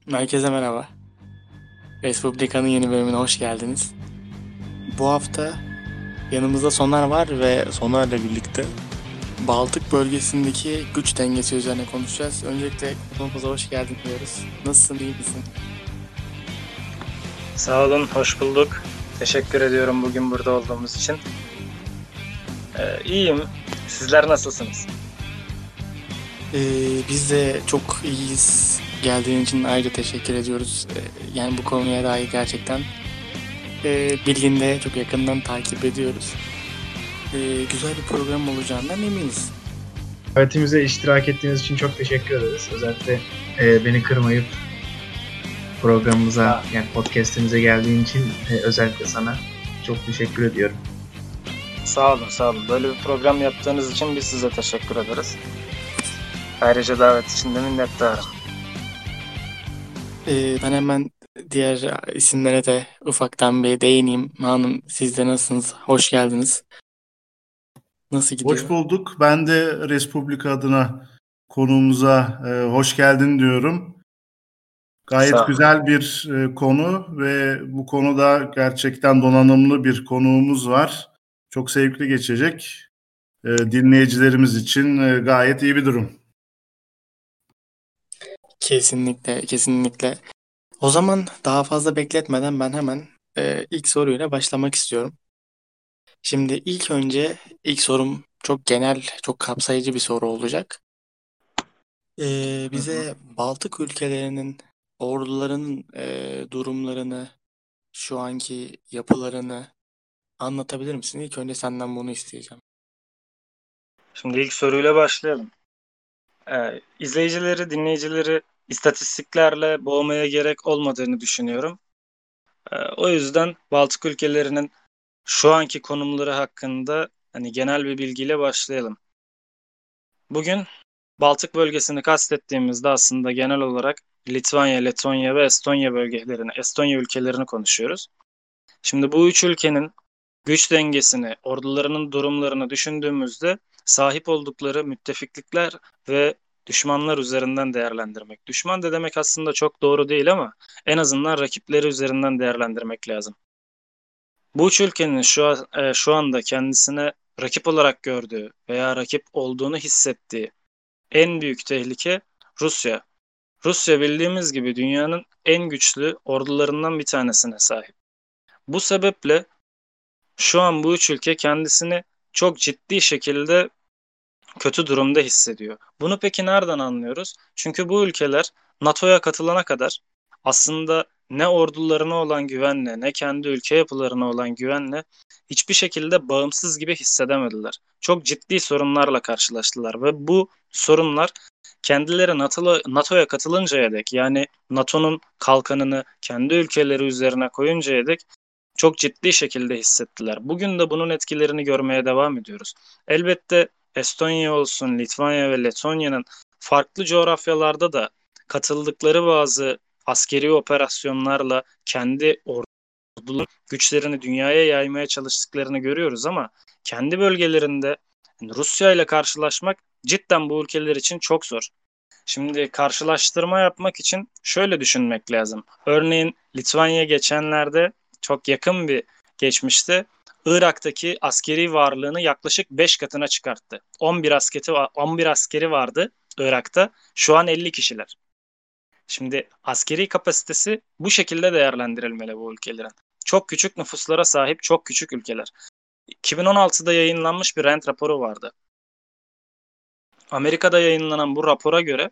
Herkese merhaba. Respublika'nın yeni bölümüne hoş geldiniz. Bu hafta yanımızda Soner var ve Soner'le birlikte Baltık bölgesindeki güç dengesi üzerine konuşacağız. Öncelikle konumuza hoş geldin diyoruz. Nasılsın, iyi misin? Sağ olun, hoş bulduk. Teşekkür ediyorum bugün burada olduğumuz için. İyiyim. Sizler nasılsınız? Biz de çok iyiyiz. Geldiğin için ayrıca teşekkür ediyoruz. Yani bu konuya dair gerçekten bilgini de çok yakından takip ediyoruz. Güzel bir program olacağından eminiz. Davetimize iştirak ettiğiniz için çok teşekkür ederiz. Özellikle beni kırmayıp programımıza, yani podcast'imize geldiğin için özellikle sana çok teşekkür ediyorum. Sağ olun, sağ olun. Böyle bir program yaptığınız için biz size teşekkür ederiz. Ayrıca davet için de minnettarım. Ben hemen diğer isimlere de ufaktan bir değineyim. Hanım, siz de nasılsınız? Hoş geldiniz. Nasıl Hoş gidiyor? bulduk. Ben de Respublika adına konuğumuza hoş geldin diyorum. Sağ Gayet olun. güzel bir konu ve bu konuda gerçekten donanımlı bir konuğumuz var. Çok zevkli geçecek. Dinleyicilerimiz için gayet iyi bir durum. Kesinlikle, kesinlikle. O zaman daha fazla bekletmeden ben hemen ilk soruyla başlamak istiyorum. Şimdi ilk sorum çok genel, çok kapsayıcı bir soru olacak. Hı hı. Bize Baltık ülkelerinin ordularının durumlarını, şu anki yapılarını anlatabilir misin? İlk önce senden bunu isteyeceğim. Şimdi ilk soruyla başlayalım. İzleyicileri, dinleyicileri istatistiklerle boğmaya gerek olmadığını düşünüyorum. O yüzden Baltık ülkelerinin şu anki konumları hakkında genel bir bilgiyle başlayalım. Bugün Baltık bölgesini kastettiğimizde aslında genel olarak Litvanya, Letonya ve Estonya ülkelerini konuşuyoruz. Şimdi bu üç ülkenin güç dengesini, ordularının durumlarını düşündüğümüzde sahip oldukları müttefiklikler ve düşmanlar üzerinden değerlendirmek. Düşman da demek aslında çok doğru değil ama en azından rakipleri üzerinden değerlendirmek lazım. Bu üç ülkenin şu anda kendisine rakip olarak gördüğü veya rakip olduğunu hissettiği en büyük tehlike Rusya. Rusya bildiğimiz gibi dünyanın en güçlü ordularından bir tanesine sahip. Bu sebeple şu an bu üç ülke kendisini çok ciddi şekilde kötü durumda hissediyor. Bunu peki nereden anlıyoruz? Çünkü bu ülkeler NATO'ya katılana kadar aslında ne ordularına olan güvenle ne kendi ülke yapılarına olan güvenle hiçbir şekilde bağımsız gibi hissedemediler. Çok ciddi sorunlarla karşılaştılar ve bu sorunlar kendileri NATO'ya katılıncaya dek, yani NATO'nun kalkanını kendi ülkeleri üzerine koyuncaya dek çok ciddi şekilde hissettiler. Bugün de bunun etkilerini görmeye devam ediyoruz. Elbette Estonya olsun, Litvanya ve Letonya'nın farklı coğrafyalarda da katıldıkları bazı askeri operasyonlarla kendi orduları güçlerini dünyaya yaymaya çalıştıklarını görüyoruz ama kendi bölgelerinde Rusya ile karşılaşmak cidden bu ülkeler için çok zor. Şimdi karşılaştırma yapmak için şöyle düşünmek lazım. Örneğin Litvanya geçenlerde, çok yakın bir geçmişte, Irak'taki askeri varlığını yaklaşık 5 katına çıkarttı. 11 askeri vardı Irak'ta. Şu an 50 kişiler. Şimdi askeri kapasitesi bu şekilde değerlendirilmeli bu ülkelerin. Çok küçük nüfuslara sahip çok küçük ülkeler. 2016'da yayınlanmış bir Rand raporu vardı. Amerika'da yayınlanan bu rapora göre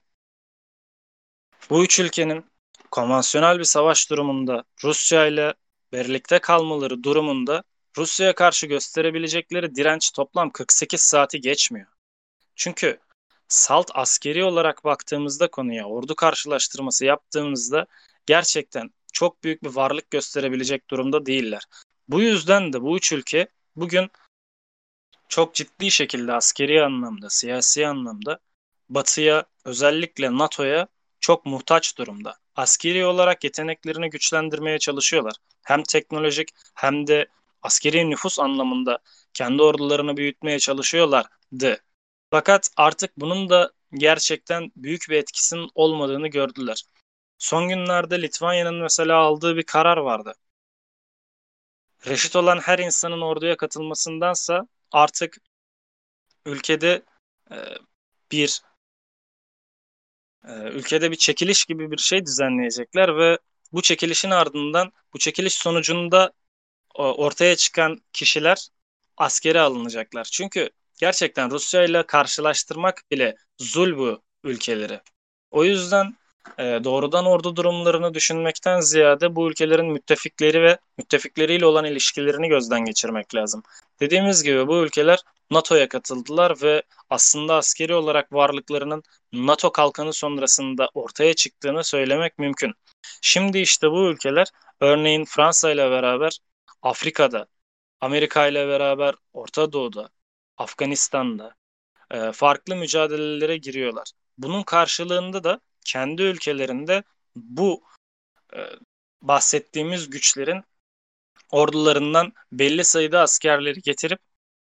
bu üç ülkenin konvansiyonel bir savaş durumunda Rusya ile birlikte kalmaları durumunda Rusya'ya karşı gösterebilecekleri direnç toplam 48 saati geçmiyor. Çünkü salt askeri olarak baktığımızda konuya, ordu karşılaştırması yaptığımızda gerçekten çok büyük bir varlık gösterebilecek durumda değiller. Bu yüzden de bu üç ülke bugün çok ciddi şekilde askeri anlamda, siyasi anlamda Batı'ya, özellikle NATO'ya çok muhtaç durumda. Askeri olarak yeteneklerini güçlendirmeye çalışıyorlar. Hem teknolojik hem de askeri nüfus anlamında kendi ordularını büyütmeye çalışıyorlardı. Fakat artık bunun da gerçekten büyük bir etkisinin olmadığını gördüler. Son günlerde Litvanya'nın mesela aldığı bir karar vardı. Reşit olan her insanın orduya katılmasındansa artık ülkede e, bir ülkede bir çekiliş gibi bir şey düzenleyecekler ve bu çekilişin ardından bu çekiliş sonucunda ortaya çıkan kişiler askere alınacaklar. Çünkü gerçekten Rusya ile karşılaştırmak bile zul bu ülkeleri. O yüzden doğrudan ordu durumlarını düşünmekten ziyade bu ülkelerin müttefikleri ve müttefikleriyle olan ilişkilerini gözden geçirmek lazım. Dediğimiz gibi bu ülkeler NATO'ya katıldılar ve aslında askeri olarak varlıklarının NATO kalkanı sonrasında ortaya çıktığını söylemek mümkün. Şimdi işte bu ülkeler örneğin Fransa ile beraber Afrika'da, Amerika ile beraber Orta Doğu'da, Afganistan'da farklı mücadelelere giriyorlar. Bunun karşılığında da kendi ülkelerinde bu e, bahsettiğimiz güçlerin ordularından belli sayıda askerleri getirip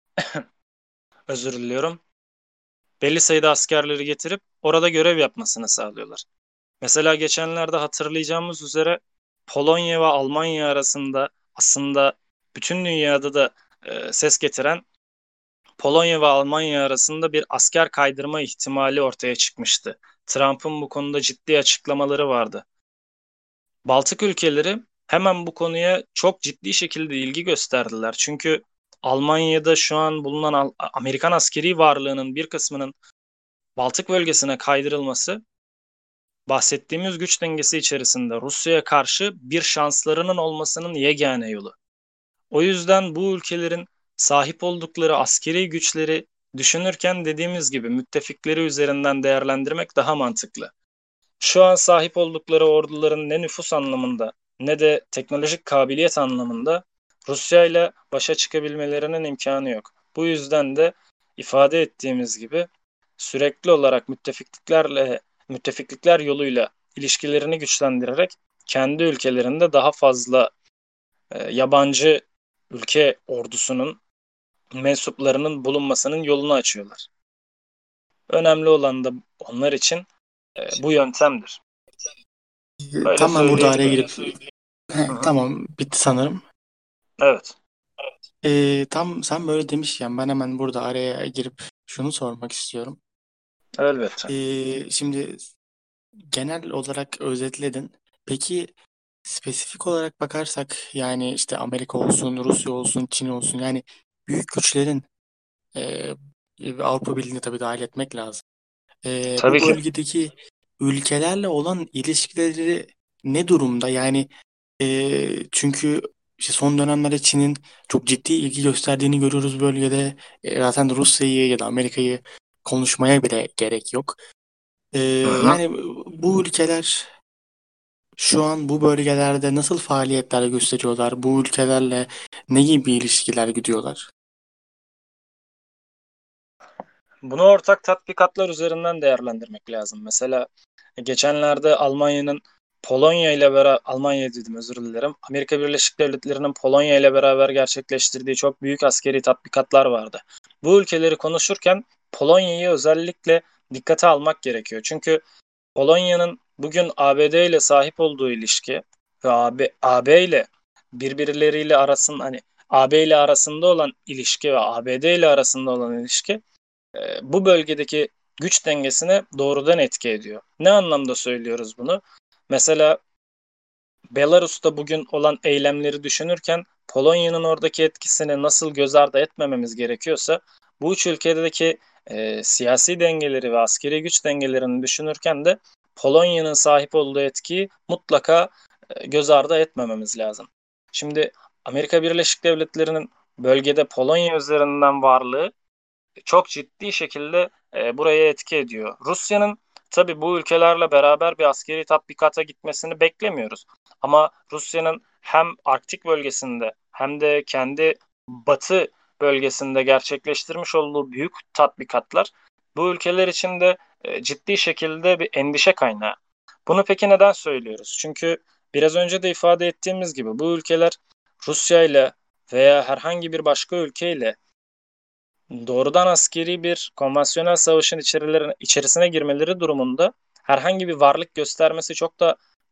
özür diliyorum. Belli sayıda askerleri getirip orada görev yapmasını sağlıyorlar. Mesela geçenlerde hatırlayacağımız üzere Polonya ve Almanya arasında aslında bütün dünyada da ses getiren Polonya ve Almanya arasında bir asker kaydırma ihtimali ortaya çıkmıştı. Trump'ın bu konuda ciddi açıklamaları vardı. Baltık ülkeleri hemen bu konuya çok ciddi şekilde ilgi gösterdiler. Çünkü Almanya'da şu an bulunan Amerikan askeri varlığının bir kısmının Baltık bölgesine kaydırılması bahsettiğimiz güç dengesi içerisinde Rusya'ya karşı bir şanslarının olmasının yegane yolu. O yüzden bu ülkelerin sahip oldukları askeri güçleri düşünürken dediğimiz gibi müttefikleri üzerinden değerlendirmek daha mantıklı. Şu an sahip oldukları orduların ne nüfus anlamında ne de teknolojik kabiliyet anlamında Rusya ile başa çıkabilmelerinin imkanı yok. Bu yüzden de ifade ettiğimiz gibi sürekli olarak müttefiklikler yoluyla ilişkilerini güçlendirerek kendi ülkelerinde daha fazla yabancı ülke ordusunun mensuplarının bulunmasının yolunu açıyorlar. Önemli olan da onlar için bu yöntemdir. Böyle Tam ben burada araya söyleyebilirim. girip Hı hı. tamam bitti sanırım. Evet. Tam sen böyle demişken ben hemen burada araya girip şunu sormak istiyorum. Elbette. Şimdi genel olarak özetledin. Peki spesifik olarak bakarsak yani işte Amerika olsun, Rusya olsun, Çin olsun yani büyük güçlerin e, Avrupa Birliği'ni tabii dahil etmek lazım. Bu Tabii ki. bölgedeki ülkelerle olan ilişkileri ne durumda? Yani çünkü işte son dönemlerde Çin'in çok ciddi ilgi gösterdiğini görüyoruz bölgede. Zaten Rusya'yı ya da Amerika'yı konuşmaya bile gerek yok. Ee, Hı hı. Yani bu ülkeler şu an bu bölgelerde nasıl faaliyetler gösteriyorlar? Bu ülkelerle ne gibi ilişkiler gidiyorlar? Bunu ortak tatbikatlar üzerinden değerlendirmek lazım. Mesela geçenlerde Almanya dedim özür dilerim. Amerika Birleşik Devletleri'nin Polonya ile beraber gerçekleştirdiği çok büyük askeri tatbikatlar vardı. Bu ülkeleri konuşurken Polonya'yı özellikle dikkate almak gerekiyor. Çünkü Polonya'nın bugün ABD ile sahip olduğu ilişki ve AB ile birbirleriyle arasında hani AB ile arasında olan ilişki ve ABD ile arasında olan ilişki bu bölgedeki güç dengesine doğrudan etki ediyor. Ne anlamda söylüyoruz bunu? Mesela Belarus'ta bugün olan eylemleri düşünürken Polonya'nın oradaki etkisini nasıl göz ardı etmememiz gerekiyorsa bu üç ülkedeki siyasi dengeleri ve askeri güç dengelerini düşünürken de Polonya'nın sahip olduğu etkiyi mutlaka göz ardı etmememiz lazım. Şimdi Amerika Birleşik Devletleri'nin bölgede Polonya üzerinden varlığı çok ciddi şekilde buraya etki ediyor. Rusya'nın tabii bu ülkelerle beraber bir askeri tatbikata gitmesini beklemiyoruz. Ama Rusya'nın hem Arktik bölgesinde hem de kendi batı bölgesinde gerçekleştirmiş olduğu büyük tatbikatlar bu ülkeler için de ciddi şekilde bir endişe kaynağı. Bunu peki neden söylüyoruz? Çünkü biraz önce de ifade ettiğimiz gibi bu ülkeler Rusya ile veya herhangi bir başka ülkeyle doğrudan askeri bir konvansiyonel savaşın içerisine girmeleri durumunda herhangi bir varlık göstermesi çok da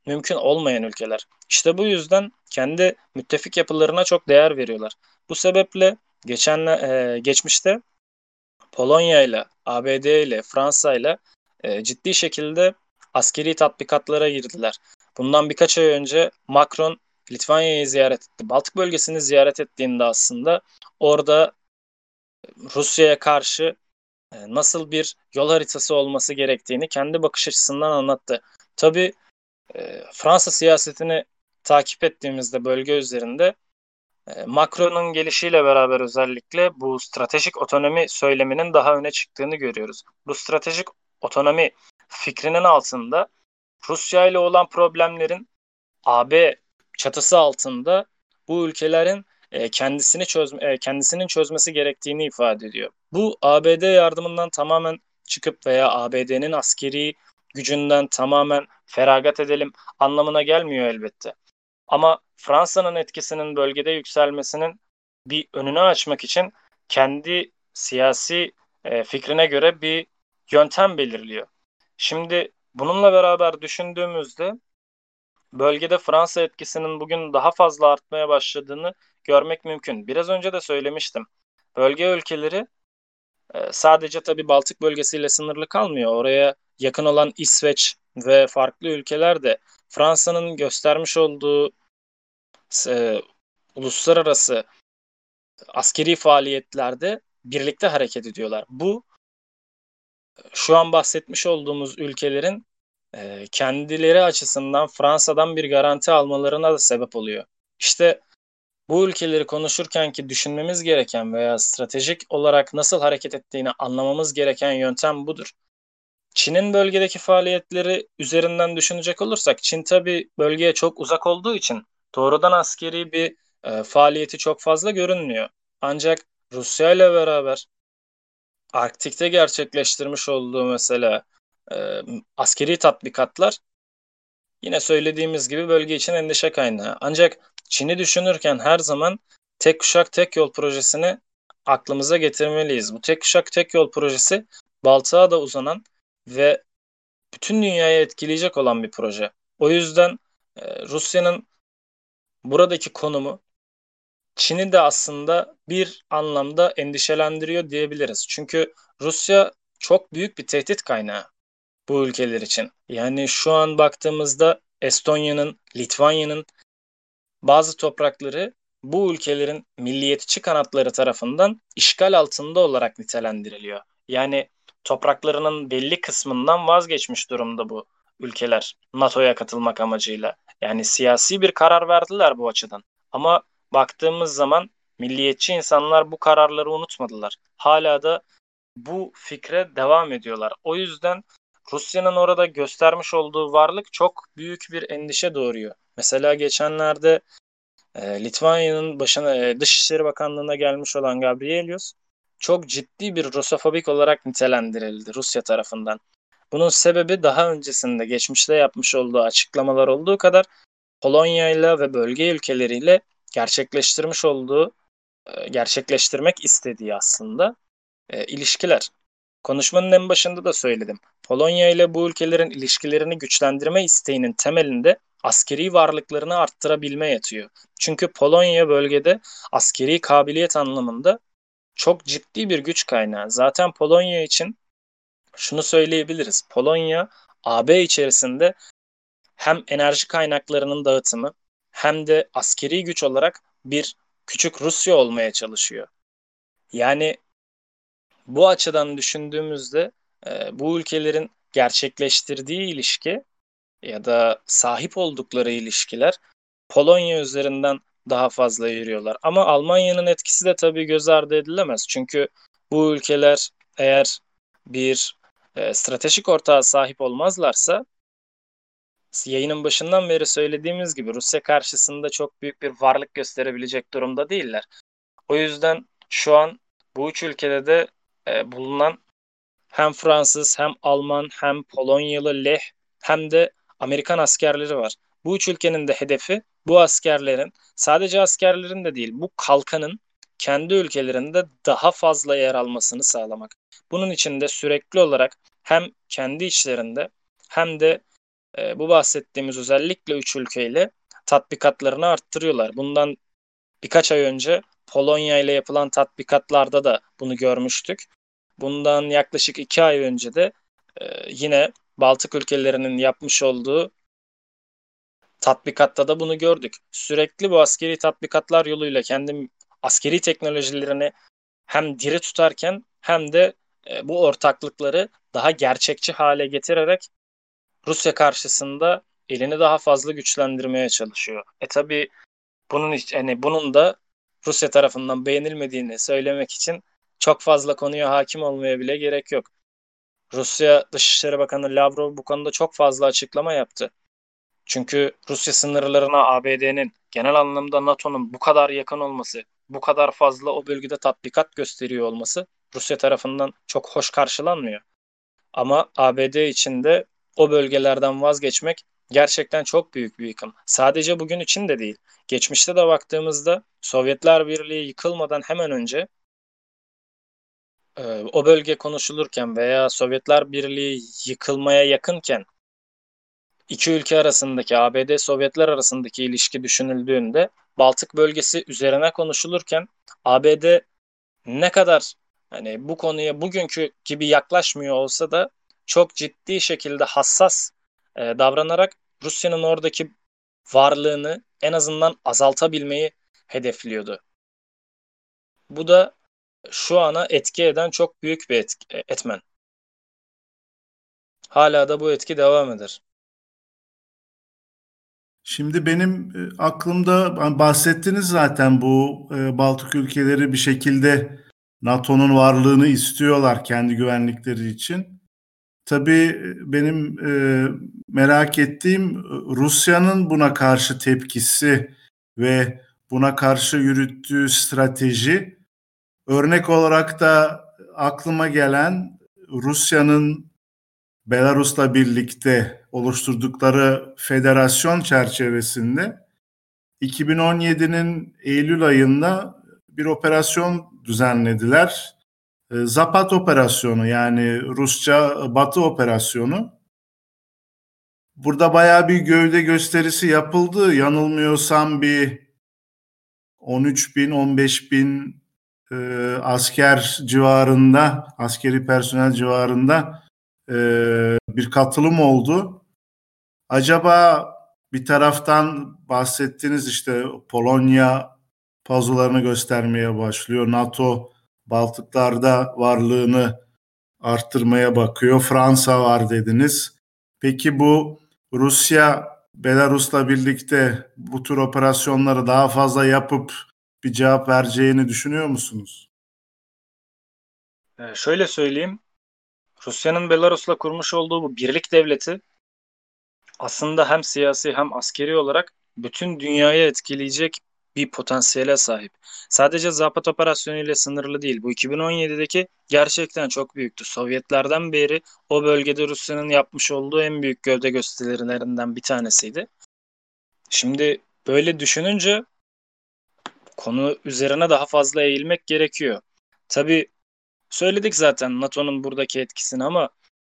mümkün olmayan ülkeler. İşte bu yüzden kendi müttefik yapılarına çok değer veriyorlar. Bu sebeple geçmişte Polonya ile, ABD ile, Fransa ile ciddi şekilde askeri tatbikatlara girdiler. Bundan birkaç ay önce Macron Litvanya'yı ziyaret etti. Baltık bölgesini ziyaret ettiğinde aslında orada Rusya'ya karşı nasıl bir yol haritası olması gerektiğini kendi bakış açısından anlattı. Tabii Fransa siyasetini takip ettiğimizde bölge üzerinde Macron'un gelişiyle beraber özellikle bu stratejik otonomi söyleminin daha öne çıktığını görüyoruz. Bu stratejik otonomi fikrinin altında Rusya ile olan problemlerin AB çatısı altında bu ülkelerin kendisinin çözmesi gerektiğini ifade ediyor. Bu ABD yardımından tamamen çıkıp veya ABD'nin askeri gücünden tamamen feragat edelim anlamına gelmiyor elbette. Ama Fransa'nın etkisinin bölgede yükselmesinin bir önünü açmak için kendi siyasi fikrine göre bir yöntem belirliyor. Şimdi bununla beraber düşündüğümüzde bölgede Fransa etkisinin bugün daha fazla artmaya başladığını görmek mümkün. Biraz önce de söylemiştim. Bölge ülkeleri sadece tabii Baltık bölgesiyle sınırlı kalmıyor. Oraya yakın olan İsveç ve farklı ülkeler de Fransa'nın göstermiş olduğu e, uluslararası askeri faaliyetlerde birlikte hareket ediyorlar. Bu şu an bahsetmiş olduğumuz ülkelerin kendileri açısından Fransa'dan bir garanti almalarına da sebep oluyor. İşte bu ülkeleri konuşurken ki düşünmemiz gereken veya stratejik olarak nasıl hareket ettiğini anlamamız gereken yöntem budur. Çin'in bölgedeki faaliyetleri üzerinden düşünecek olursak Çin tabii bölgeye çok uzak olduğu için doğrudan askeri bir faaliyeti çok fazla görünmüyor. Ancak Rusya ile beraber Arktik'te gerçekleştirmiş olduğu mesela askeri tatbikatlar yine söylediğimiz gibi bölge için endişe kaynağı. Ancak Çin'i düşünürken her zaman tek kuşak tek yol projesini aklımıza getirmeliyiz. Bu tek kuşak tek yol projesi Baltık'a da uzanan ve bütün dünyayı etkileyecek olan bir proje. O yüzden Rusya'nın buradaki konumu Çin'i de aslında bir anlamda endişelendiriyor diyebiliriz. Çünkü Rusya çok büyük bir tehdit kaynağı bu ülkeler için. Yani şu an baktığımızda Estonya'nın, Litvanya'nın bazı toprakları bu ülkelerin milliyetçi kanatları tarafından işgal altında olarak nitelendiriliyor. Yani topraklarının belli kısmından vazgeçmiş durumda bu ülkeler NATO'ya katılmak amacıyla. Yani siyasi bir karar verdiler bu açıdan. Ama baktığımız zaman milliyetçi insanlar bu kararları unutmadılar. Hala da bu fikre devam ediyorlar. O yüzden Rusya'nın orada göstermiş olduğu varlık çok büyük bir endişe doğuruyor. Mesela geçenlerde Litvanya'nın başına Dışişleri Bakanlığı'na gelmiş olan Gabrielius çok ciddi bir Rusofobik olarak nitelendirildi Rusya tarafından. Bunun sebebi daha öncesinde geçmişte yapmış olduğu açıklamalar olduğu kadar Polonya'yla ve bölge ülkeleriyle gerçekleştirmek istediği aslında ilişkiler. Konuşmanın en başında da söyledim. Polonya ile bu ülkelerin ilişkilerini güçlendirme isteğinin temelinde askeri varlıklarını arttırabilme yatıyor. Çünkü Polonya bölgede askeri kabiliyet anlamında çok ciddi bir güç kaynağı. Zaten Polonya için şunu söyleyebiliriz. Polonya AB içerisinde hem enerji kaynaklarının dağıtımı hem de askeri güç olarak bir küçük Rusya olmaya çalışıyor. Yani bu açıdan düşündüğümüzde bu ülkelerin gerçekleştirdiği ilişki ya da sahip oldukları ilişkiler Polonya üzerinden daha fazla yürüyorlar. Ama Almanya'nın etkisi de tabii göz ardı edilemez. Çünkü bu ülkeler eğer bir stratejik ortağa sahip olmazlarsa yayının başından beri söylediğimiz gibi Rusya karşısında çok büyük bir varlık gösterebilecek durumda değiller. O yüzden şu an bu üç ülkede de bulunan hem Fransız hem Alman hem Polonyalı Leh hem de Amerikan askerleri var. Bu üç ülkenin de hedefi bu askerlerin sadece askerlerin de değil bu kalkanın kendi ülkelerinde daha fazla yer almasını sağlamak. Bunun için de sürekli olarak hem kendi içlerinde hem de bu bahsettiğimiz özellikle 3 ülkeyle tatbikatlarını arttırıyorlar. Bundan birkaç ay önce Polonya ile yapılan tatbikatlarda da bunu görmüştük. Bundan yaklaşık 2 ay önce de yine Baltık ülkelerinin yapmış olduğu tatbikatta da bunu gördük. Sürekli bu askeri tatbikatlar yoluyla kendi askeri teknolojilerini hem diri tutarken hem de bu ortaklıkları daha gerçekçi hale getirerek Rusya karşısında elini daha fazla güçlendirmeye çalışıyor. Tabii bunun da Rusya tarafından beğenilmediğini söylemek için çok fazla konuya hakim olmaya bile gerek yok. Rusya Dışişleri Bakanı Lavrov bu konuda çok fazla açıklama yaptı. Çünkü Rusya sınırlarına ABD'nin, genel anlamda NATO'nun bu kadar yakın olması, bu kadar fazla o bölgede tatbikat gösteriyor olması Rusya tarafından çok hoş karşılanmıyor. Ama ABD için de o bölgelerden vazgeçmek gerçekten çok büyük bir yıkım. Sadece bugün için de değil. Geçmişte de baktığımızda Sovyetler Birliği yıkılmadan hemen önce o bölge konuşulurken veya Sovyetler Birliği yıkılmaya yakınken iki ülke arasındaki ABD-Sovyetler arasındaki ilişki düşünüldüğünde Baltık bölgesi üzerine konuşulurken ABD ne kadar hani bu konuya bugünkü gibi yaklaşmıyor olsa da çok ciddi şekilde hassas davranarak Rusya'nın oradaki varlığını en azından azaltabilmeyi hedefliyordu. Bu da şu ana etki eden çok büyük bir etmen. Hala da bu etki devam eder. Şimdi benim aklımda bahsettiniz zaten bu Baltık ülkeleri bir şekilde NATO'nun varlığını istiyorlar kendi güvenlikleri için. Tabii benim merak ettiğim Rusya'nın buna karşı tepkisi ve buna karşı yürüttüğü strateji. Örnek olarak da aklıma gelen Rusya'nın Belarus'la birlikte oluşturdukları federasyon çerçevesinde 2017'nin Eylül ayında bir operasyon düzenlediler. Zapat operasyonu, yani Rusça Batı operasyonu. Burada bayağı bir gövde gösterisi yapıldı. Yanılmıyorsam bir 13 bin, 15 bin asker civarında, askeri personel civarında bir katılım oldu. Acaba bir taraftan bahsettiğiniz işte Polonya pazularını göstermeye başlıyor. NATO Baltıklarda varlığını arttırmaya bakıyor. Fransa var dediniz. Peki bu Rusya Belarus'la birlikte bu tür operasyonları daha fazla yapıp bir cevap vereceğini düşünüyor musunuz? Şöyle söyleyeyim. Rusya'nın Belarus'la kurmuş olduğu bu birlik devleti aslında hem siyasi hem askeri olarak bütün dünyayı etkileyecek bir potansiyele sahip. Sadece Zapad operasyonu ile sınırlı değil. Bu 2017'deki gerçekten çok büyüktü. Sovyetlerden beri o bölgede Rusya'nın yapmış olduğu en büyük gövde gösterilerinden bir tanesiydi. Şimdi böyle düşününce konu üzerine daha fazla eğilmek gerekiyor. Tabii söyledik zaten NATO'nun buradaki etkisini ama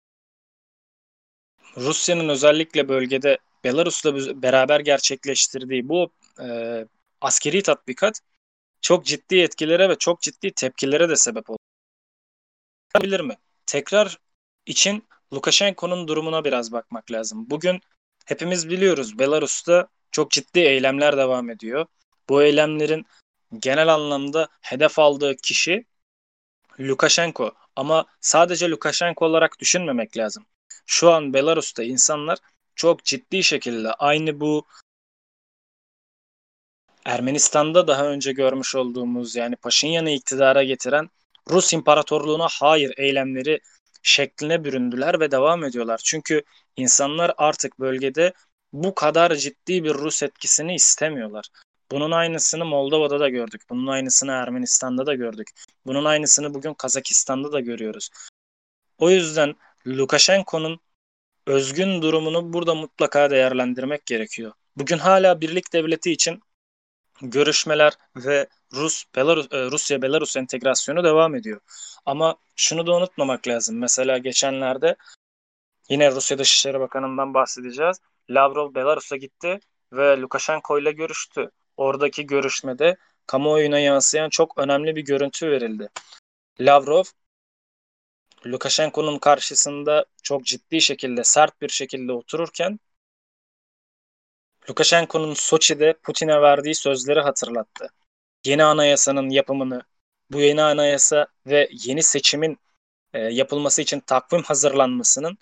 Rusya'nın özellikle bölgede Belarus'la beraber gerçekleştirdiği bu askeri tatbikat çok ciddi etkilere ve çok ciddi tepkilere de sebep olabilir mi? Tekrar için Lukashenko'nun durumuna biraz bakmak lazım. Bugün hepimiz biliyoruz Belarus'ta çok ciddi eylemler devam ediyor. Bu eylemlerin genel anlamda hedef aldığı kişi Lukashenko. Ama sadece Lukashenko olarak düşünmemek lazım. Şu an Belarus'ta insanlar çok ciddi şekilde aynı bu Ermenistan'da daha önce görmüş olduğumuz yani Paşinyan'ı iktidara getiren Rus İmparatorluğu'na hayır eylemleri şekline büründüler ve devam ediyorlar. Çünkü insanlar artık bölgede bu kadar ciddi bir Rus etkisini istemiyorlar. Bunun aynısını Moldova'da da gördük. Bunun aynısını Ermenistan'da da gördük. Bunun aynısını bugün Kazakistan'da da görüyoruz. O yüzden Lukashenko'nun özgün durumunu burada mutlaka değerlendirmek gerekiyor. Bugün hala birlik devleti için görüşmeler ve Rusya-Belarus entegrasyonu devam ediyor. Ama şunu da unutmamak lazım. Mesela geçenlerde Yine Rusya Dışişleri Bakanı'ndan bahsedeceğiz. Lavrov Belarus'a gitti ve Lukashenko ile görüştü. Oradaki görüşmede kamuoyuna yansıyan çok önemli bir görüntü verildi. Lavrov, Lukashenko'nun karşısında çok ciddi şekilde, sert bir şekilde otururken Lukashenko'nun Soçi'de Putin'e verdiği sözleri hatırlattı. Yeni anayasanın yapımını, bu yeni anayasa ve yeni seçimin yapılması için takvim hazırlanmasının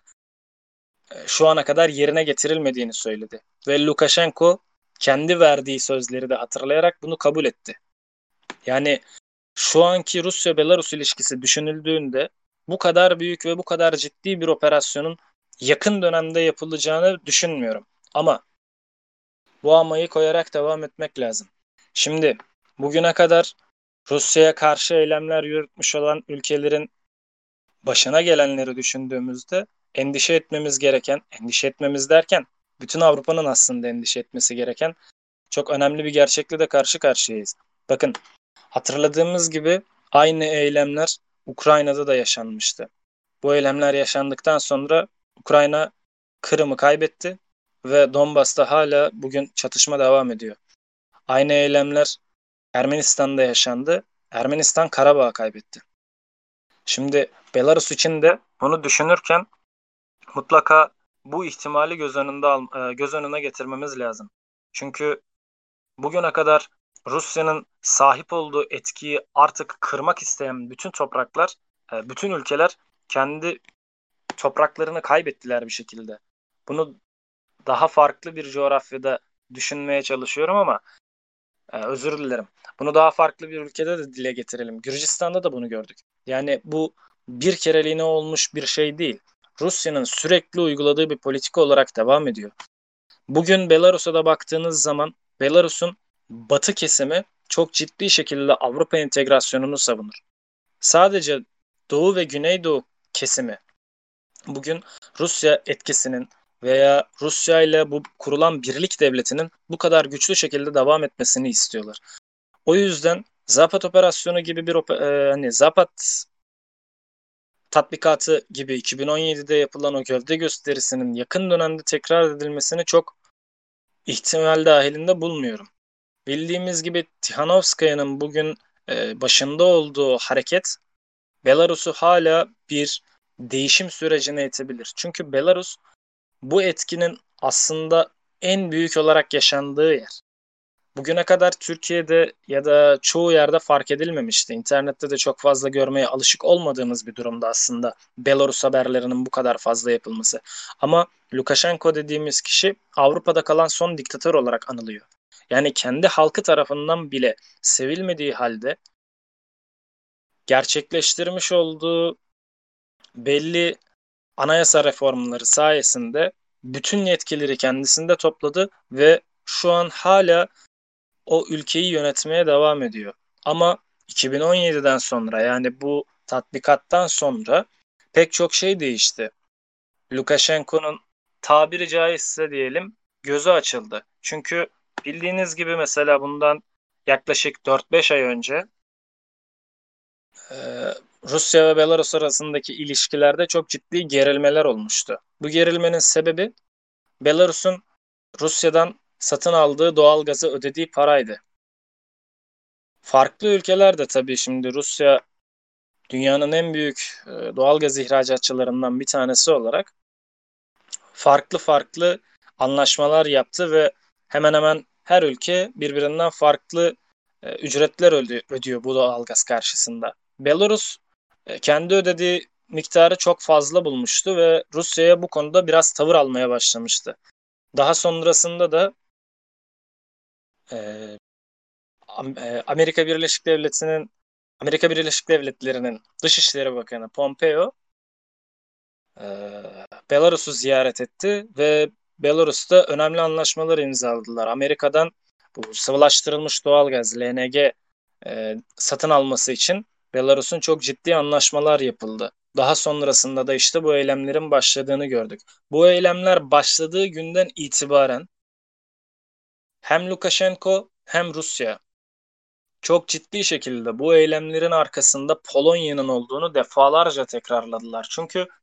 şu ana kadar yerine getirilmediğini söyledi. Ve Lukashenko kendi verdiği sözleri de hatırlayarak bunu kabul etti. Yani şu anki Rusya-Belarus ilişkisi düşünüldüğünde bu kadar büyük ve bu kadar ciddi bir operasyonun yakın dönemde yapılacağını düşünmüyorum. Ama bu amayı koyarak devam etmek lazım. Şimdi bugüne kadar Rusya'ya karşı eylemler yürütmüş olan ülkelerin başına gelenleri düşündüğümüzde endişe etmemiz gereken, endişe etmemiz derken bütün Avrupa'nın aslında endişe etmesi gereken çok önemli bir gerçekle de karşı karşıyayız. Bakın, hatırladığımız gibi aynı eylemler Ukrayna'da da yaşanmıştı. Bu eylemler yaşandıktan sonra Ukrayna Kırım'ı kaybetti ve Donbas'ta hala bugün çatışma devam ediyor. Aynı eylemler Ermenistan'da yaşandı. Ermenistan Karabağ'ı kaybetti. Şimdi Belarus için de bunu düşünürken mutlaka bu ihtimali göz önüne getirmemiz lazım. Çünkü bugüne kadar Rusya'nın sahip olduğu etkiyi artık kırmak isteyen bütün topraklar, bütün ülkeler kendi topraklarını kaybettiler bir şekilde. Bunu daha farklı bir coğrafyada düşünmeye çalışıyorum ama özür dilerim. Bunu daha farklı bir ülkede de dile getirelim. Gürcistan'da da bunu gördük. Yani bu bir kereliğine olmuş bir şey değil. Rusya'nın sürekli uyguladığı bir politika olarak devam ediyor. Bugün Belarus'a da baktığınız zaman Belarus'un batı kesimi çok ciddi şekilde Avrupa entegrasyonunu savunur. Sadece Doğu ve Güneydoğu kesimi bugün Rusya etkisinin veya Rusya ile bu kurulan birlik devletinin bu kadar güçlü şekilde devam etmesini istiyorlar. O yüzden Zapad operasyonu gibi hani Zapad tatbikatı gibi 2017'de yapılan o gövde gösterisinin yakın dönemde tekrar edilmesini çok ihtimal dahilinde bulmuyorum. Bildiğimiz gibi Tikhanovskaya'nın bugün başında olduğu hareket Belarus'u hala bir değişim sürecine itebilir. Çünkü Belarus bu etkinin aslında en büyük olarak yaşandığı yer. Bugüne kadar Türkiye'de ya da çoğu yerde fark edilmemişti. İnternette de çok fazla görmeye alışık olmadığımız bir durumda aslında Belarus haberlerinin bu kadar fazla yapılması. Ama Lukashenko dediğimiz kişi Avrupa'da kalan son diktatör olarak anılıyor. Yani kendi halkı tarafından bile sevilmediği halde gerçekleştirmiş olduğu belli anayasa reformları sayesinde bütün yetkileri kendisinde topladı ve şu an hala o ülkeyi yönetmeye devam ediyor. Ama 2017'den sonra, yani bu tatbikattan sonra pek çok şey değişti. Lukashenko'nun tabiri caizse diyelim gözü açıldı. Çünkü bildiğiniz gibi mesela bundan yaklaşık 4-5 ay önce e, Rusya ve Belarus arasındaki ilişkilerde çok ciddi gerilmeler olmuştu. Bu gerilmenin sebebi Belarus'un Rusya'dan satın aldığı doğalgazı ödediği paraydı. Farklı ülkeler de tabii, şimdi Rusya dünyanın en büyük doğalgaz ihracatçılarından bir tanesi olarak farklı farklı anlaşmalar yaptı ve hemen hemen her ülke birbirinden farklı ücretler ödüyor bu doğalgaz karşısında. Belarus kendi ödediği miktarı çok fazla bulmuştu ve Rusya'ya bu konuda biraz tavır almaya başlamıştı. Daha sonrasında da e, Amerika Birleşik Devletleri'nin Dışişleri Bakanı Pompeo Belarus'u ziyaret etti ve Belarus'ta önemli anlaşmalar imzaladılar. Amerika'dan bu sıvılaştırılmış doğalgaz LNG satın alması için Belarus'un çok ciddi anlaşmalar yapıldı. Daha sonrasında da işte bu eylemlerin başladığını gördük. Bu eylemler başladığı günden itibaren hem Lukashenko hem Rusya çok ciddi şekilde bu eylemlerin arkasında Polonya'nın olduğunu defalarca tekrarladılar. Çünkü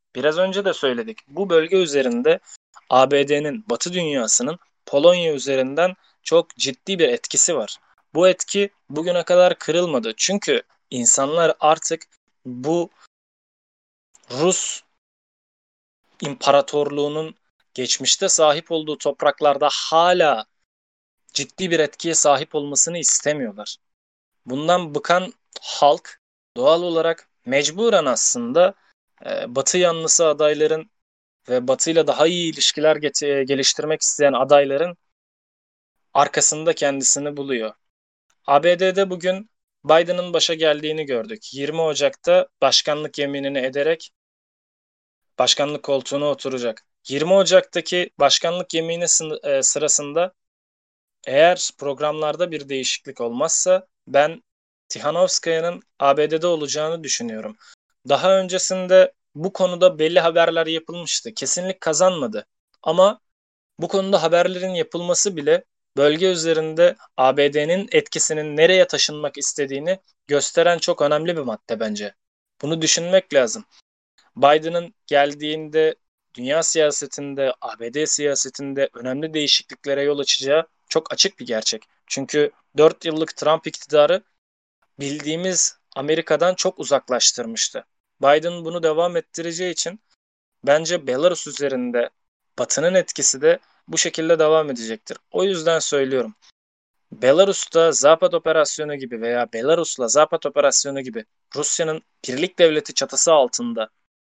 Biraz önce de söyledik. Bu bölge üzerinde ABD'nin, Batı dünyasının Polonya üzerinden çok ciddi bir etkisi var. Bu etki bugüne kadar kırılmadı. Çünkü insanlar artık bu Rus İmparatorluğu'nun geçmişte sahip olduğu topraklarda hala ciddi bir etkiye sahip olmasını istemiyorlar. Bundan bıkan halk doğal olarak mecburen aslında Batı yanlısı adayların ve Batı ile daha iyi ilişkiler geliştirmek isteyen adayların arkasında kendisini buluyor. ABD'de bugün Biden'ın başa geldiğini gördük. 20 Ocak'ta başkanlık yeminini ederek başkanlık koltuğuna oturacak. 20 Ocak'taki başkanlık yemini sırasında eğer programlarda bir değişiklik olmazsa ben Tihanovskaya'nın ABD'de olacağını düşünüyorum. Daha öncesinde bu konuda belli haberler yapılmıştı. Kesinlik kazanmadı. Ama bu konuda haberlerin yapılması bile bölge üzerinde ABD'nin etkisinin nereye taşınmak istediğini gösteren çok önemli bir madde bence. Bunu düşünmek lazım. Biden'ın geldiğinde dünya siyasetinde, ABD siyasetinde önemli değişikliklere yol açacağı çok açık bir gerçek. Çünkü 4 yıllık Trump iktidarı bildiğimiz Amerika'dan çok uzaklaştırmıştı. Biden bunu devam ettireceği için bence Belarus üzerinde Batı'nın etkisi de bu şekilde devam edecektir. O yüzden söylüyorum. Belarus'ta Zapad operasyonu gibi veya Belarus'la Zapad operasyonu gibi Rusya'nın birlik devleti çatısı altında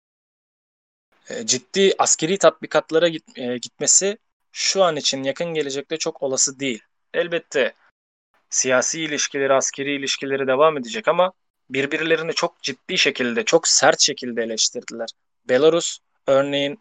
ciddi askeri tatbikatlara gitmesi şu an için yakın gelecekte çok olası değil. Elbette siyasi ilişkileri, askeri ilişkileri devam edecek ama birbirlerini çok ciddi şekilde, çok sert şekilde eleştirdiler. Belarus örneğin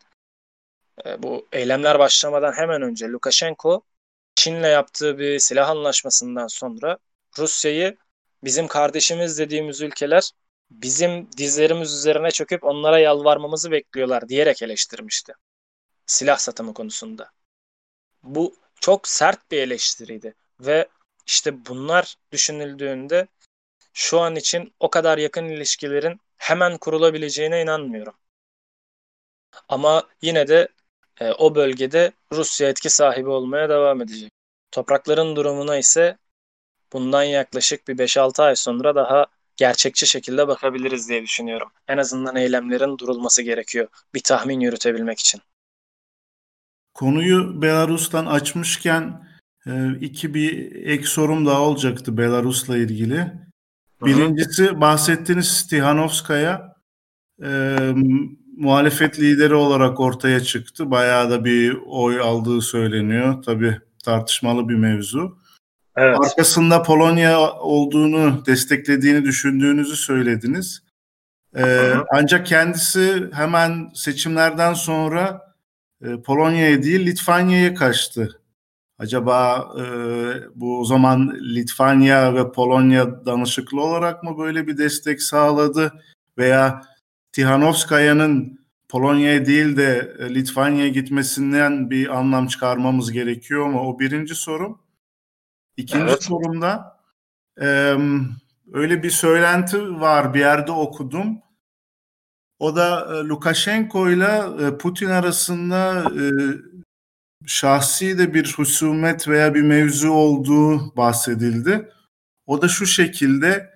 bu eylemler başlamadan hemen önce Lukashenko Çin'le yaptığı bir silah anlaşmasından sonra Rusya'yı bizim kardeşimiz dediğimiz ülkeler bizim dizlerimiz üzerine çöküp onlara yalvarmamızı bekliyorlar diyerek eleştirmişti. Silah satımı konusunda. Bu çok sert bir eleştiriydi ve işte bunlar düşünüldüğünde şu an için o kadar yakın ilişkilerin hemen kurulabileceğine inanmıyorum. Ama yine de o bölgede Rusya etki sahibi olmaya devam edecek. Toprakların durumuna ise bundan yaklaşık bir 5-6 ay sonra daha gerçekçi şekilde bakabiliriz diye düşünüyorum. En azından eylemlerin durulması gerekiyor bir tahmin yürütebilmek için. Konuyu Belarus'tan açmışken bir ek sorum daha olacaktı Belarus'la ilgili. Birincisi bahsettiğiniz Tihanovskaya muhalefet lideri olarak ortaya çıktı. Bayağı da bir oy aldığı söyleniyor. Tabii tartışmalı bir mevzu. Evet. Arkasında Polonya olduğunu, desteklediğini düşündüğünüzü söylediniz. Ancak kendisi hemen seçimlerden sonra Polonya'ya değil Litvanya'ya kaçtı. Acaba bu o zaman Litvanya ve Polonya danışıklı olarak mı böyle bir destek sağladı? Veya Tihanovskaya'nın Polonya'ya değil de Litvanya'ya gitmesinden bir anlam çıkarmamız gerekiyor mu? O birinci sorum. İkinci sorumda öyle bir söylenti var, bir yerde okudum. O da Lukashenko ile Putin arasında şahsi de bir husumet veya bir mevzu olduğu bahsedildi. O da şu şekilde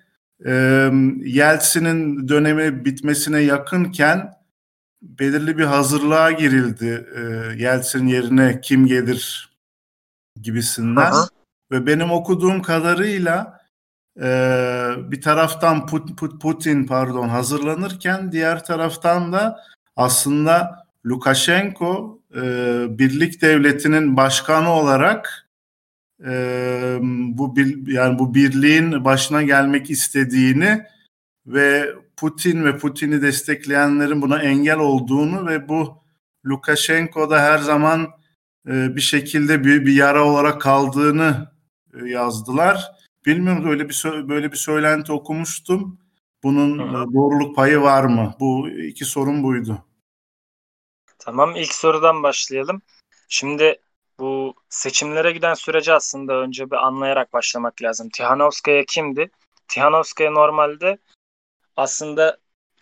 Yeltsin'in dönemi bitmesine yakınken belirli bir hazırlığa girildi. Yeltsin yerine kim gelir gibisinden. Ve benim okuduğum kadarıyla bir taraftan Putin hazırlanırken diğer taraftan da aslında Lukashenko birlik devletinin başkanı olarak bu birliğin başına gelmek istediğini ve Putin'i destekleyenlerin buna engel olduğunu ve bu Lukashenko'da her zaman bir şekilde bir yara olarak kaldığını yazdılar. Bilmiyorum, böyle bir söylenti okumuştum. Bunun doğruluk payı var mı? Bu iki sorum buydu. Tamam, ilk sorudan başlayalım. Şimdi bu seçimlere giden süreci aslında önce bir anlayarak başlamak lazım. Tihanovskaya kimdi? Tihanovskaya normalde aslında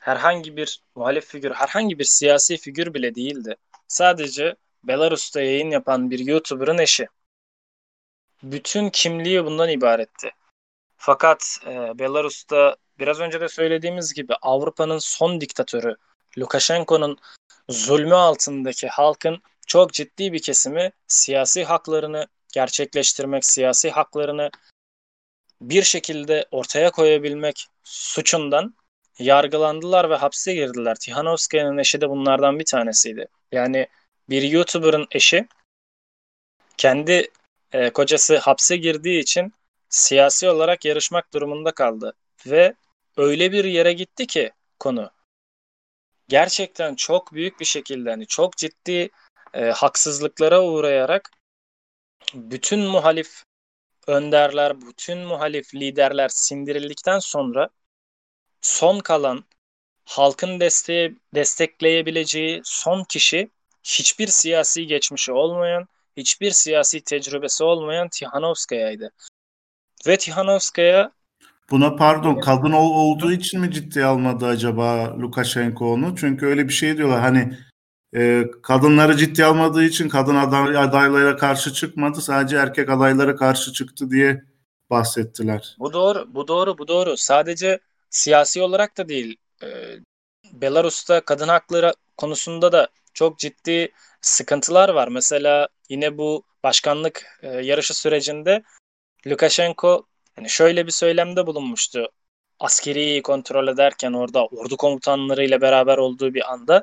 herhangi bir muhalif figür, herhangi bir siyasi figür bile değildi. Sadece Belarus'ta yayın yapan bir YouTuber'ın eşi. Bütün kimliği bundan ibaretti. Fakat Belarus'ta biraz önce de söylediğimiz gibi Avrupa'nın son diktatörü Lukashenko'nun zulmü altındaki halkın çok ciddi bir kesimi siyasi haklarını gerçekleştirmek, siyasi haklarını bir şekilde ortaya koyabilmek suçundan yargılandılar ve hapse girdiler. Tikhanovskaya'nın eşi de bunlardan bir tanesiydi. Yani bir YouTuber'ın eşi kendi kocası hapse girdiği için siyasi olarak yarışmak durumunda kaldı. Ve öyle bir yere gitti ki konu. Gerçekten çok büyük bir şekilde hani çok ciddi haksızlıklara uğrayarak bütün muhalif önderler, bütün muhalif liderler sindirildikten sonra son kalan halkın destekleyebileceği son kişi hiçbir siyasi geçmişi olmayan, hiçbir siyasi tecrübesi olmayan Tikhanovskaya'ydı. Ve Tikhanovskaya Buna pardon, kadın olduğu için mi ciddiye almadı acaba Lukashenko onu? Çünkü öyle bir şey diyorlar hani kadınları ciddiye almadığı için kadın adaylara karşı çıkmadı, sadece erkek adaylara karşı çıktı diye bahsettiler. bu doğru, bu doğru, bu doğru. Sadece siyasi olarak da değil. Belarus'ta kadın hakları konusunda da çok ciddi sıkıntılar var. Mesela yine bu başkanlık yarışı sürecinde Lukashenko hani şöyle bir söylemde bulunmuştu. Askeri kontrol ederken orada ordu komutanlarıyla beraber olduğu bir anda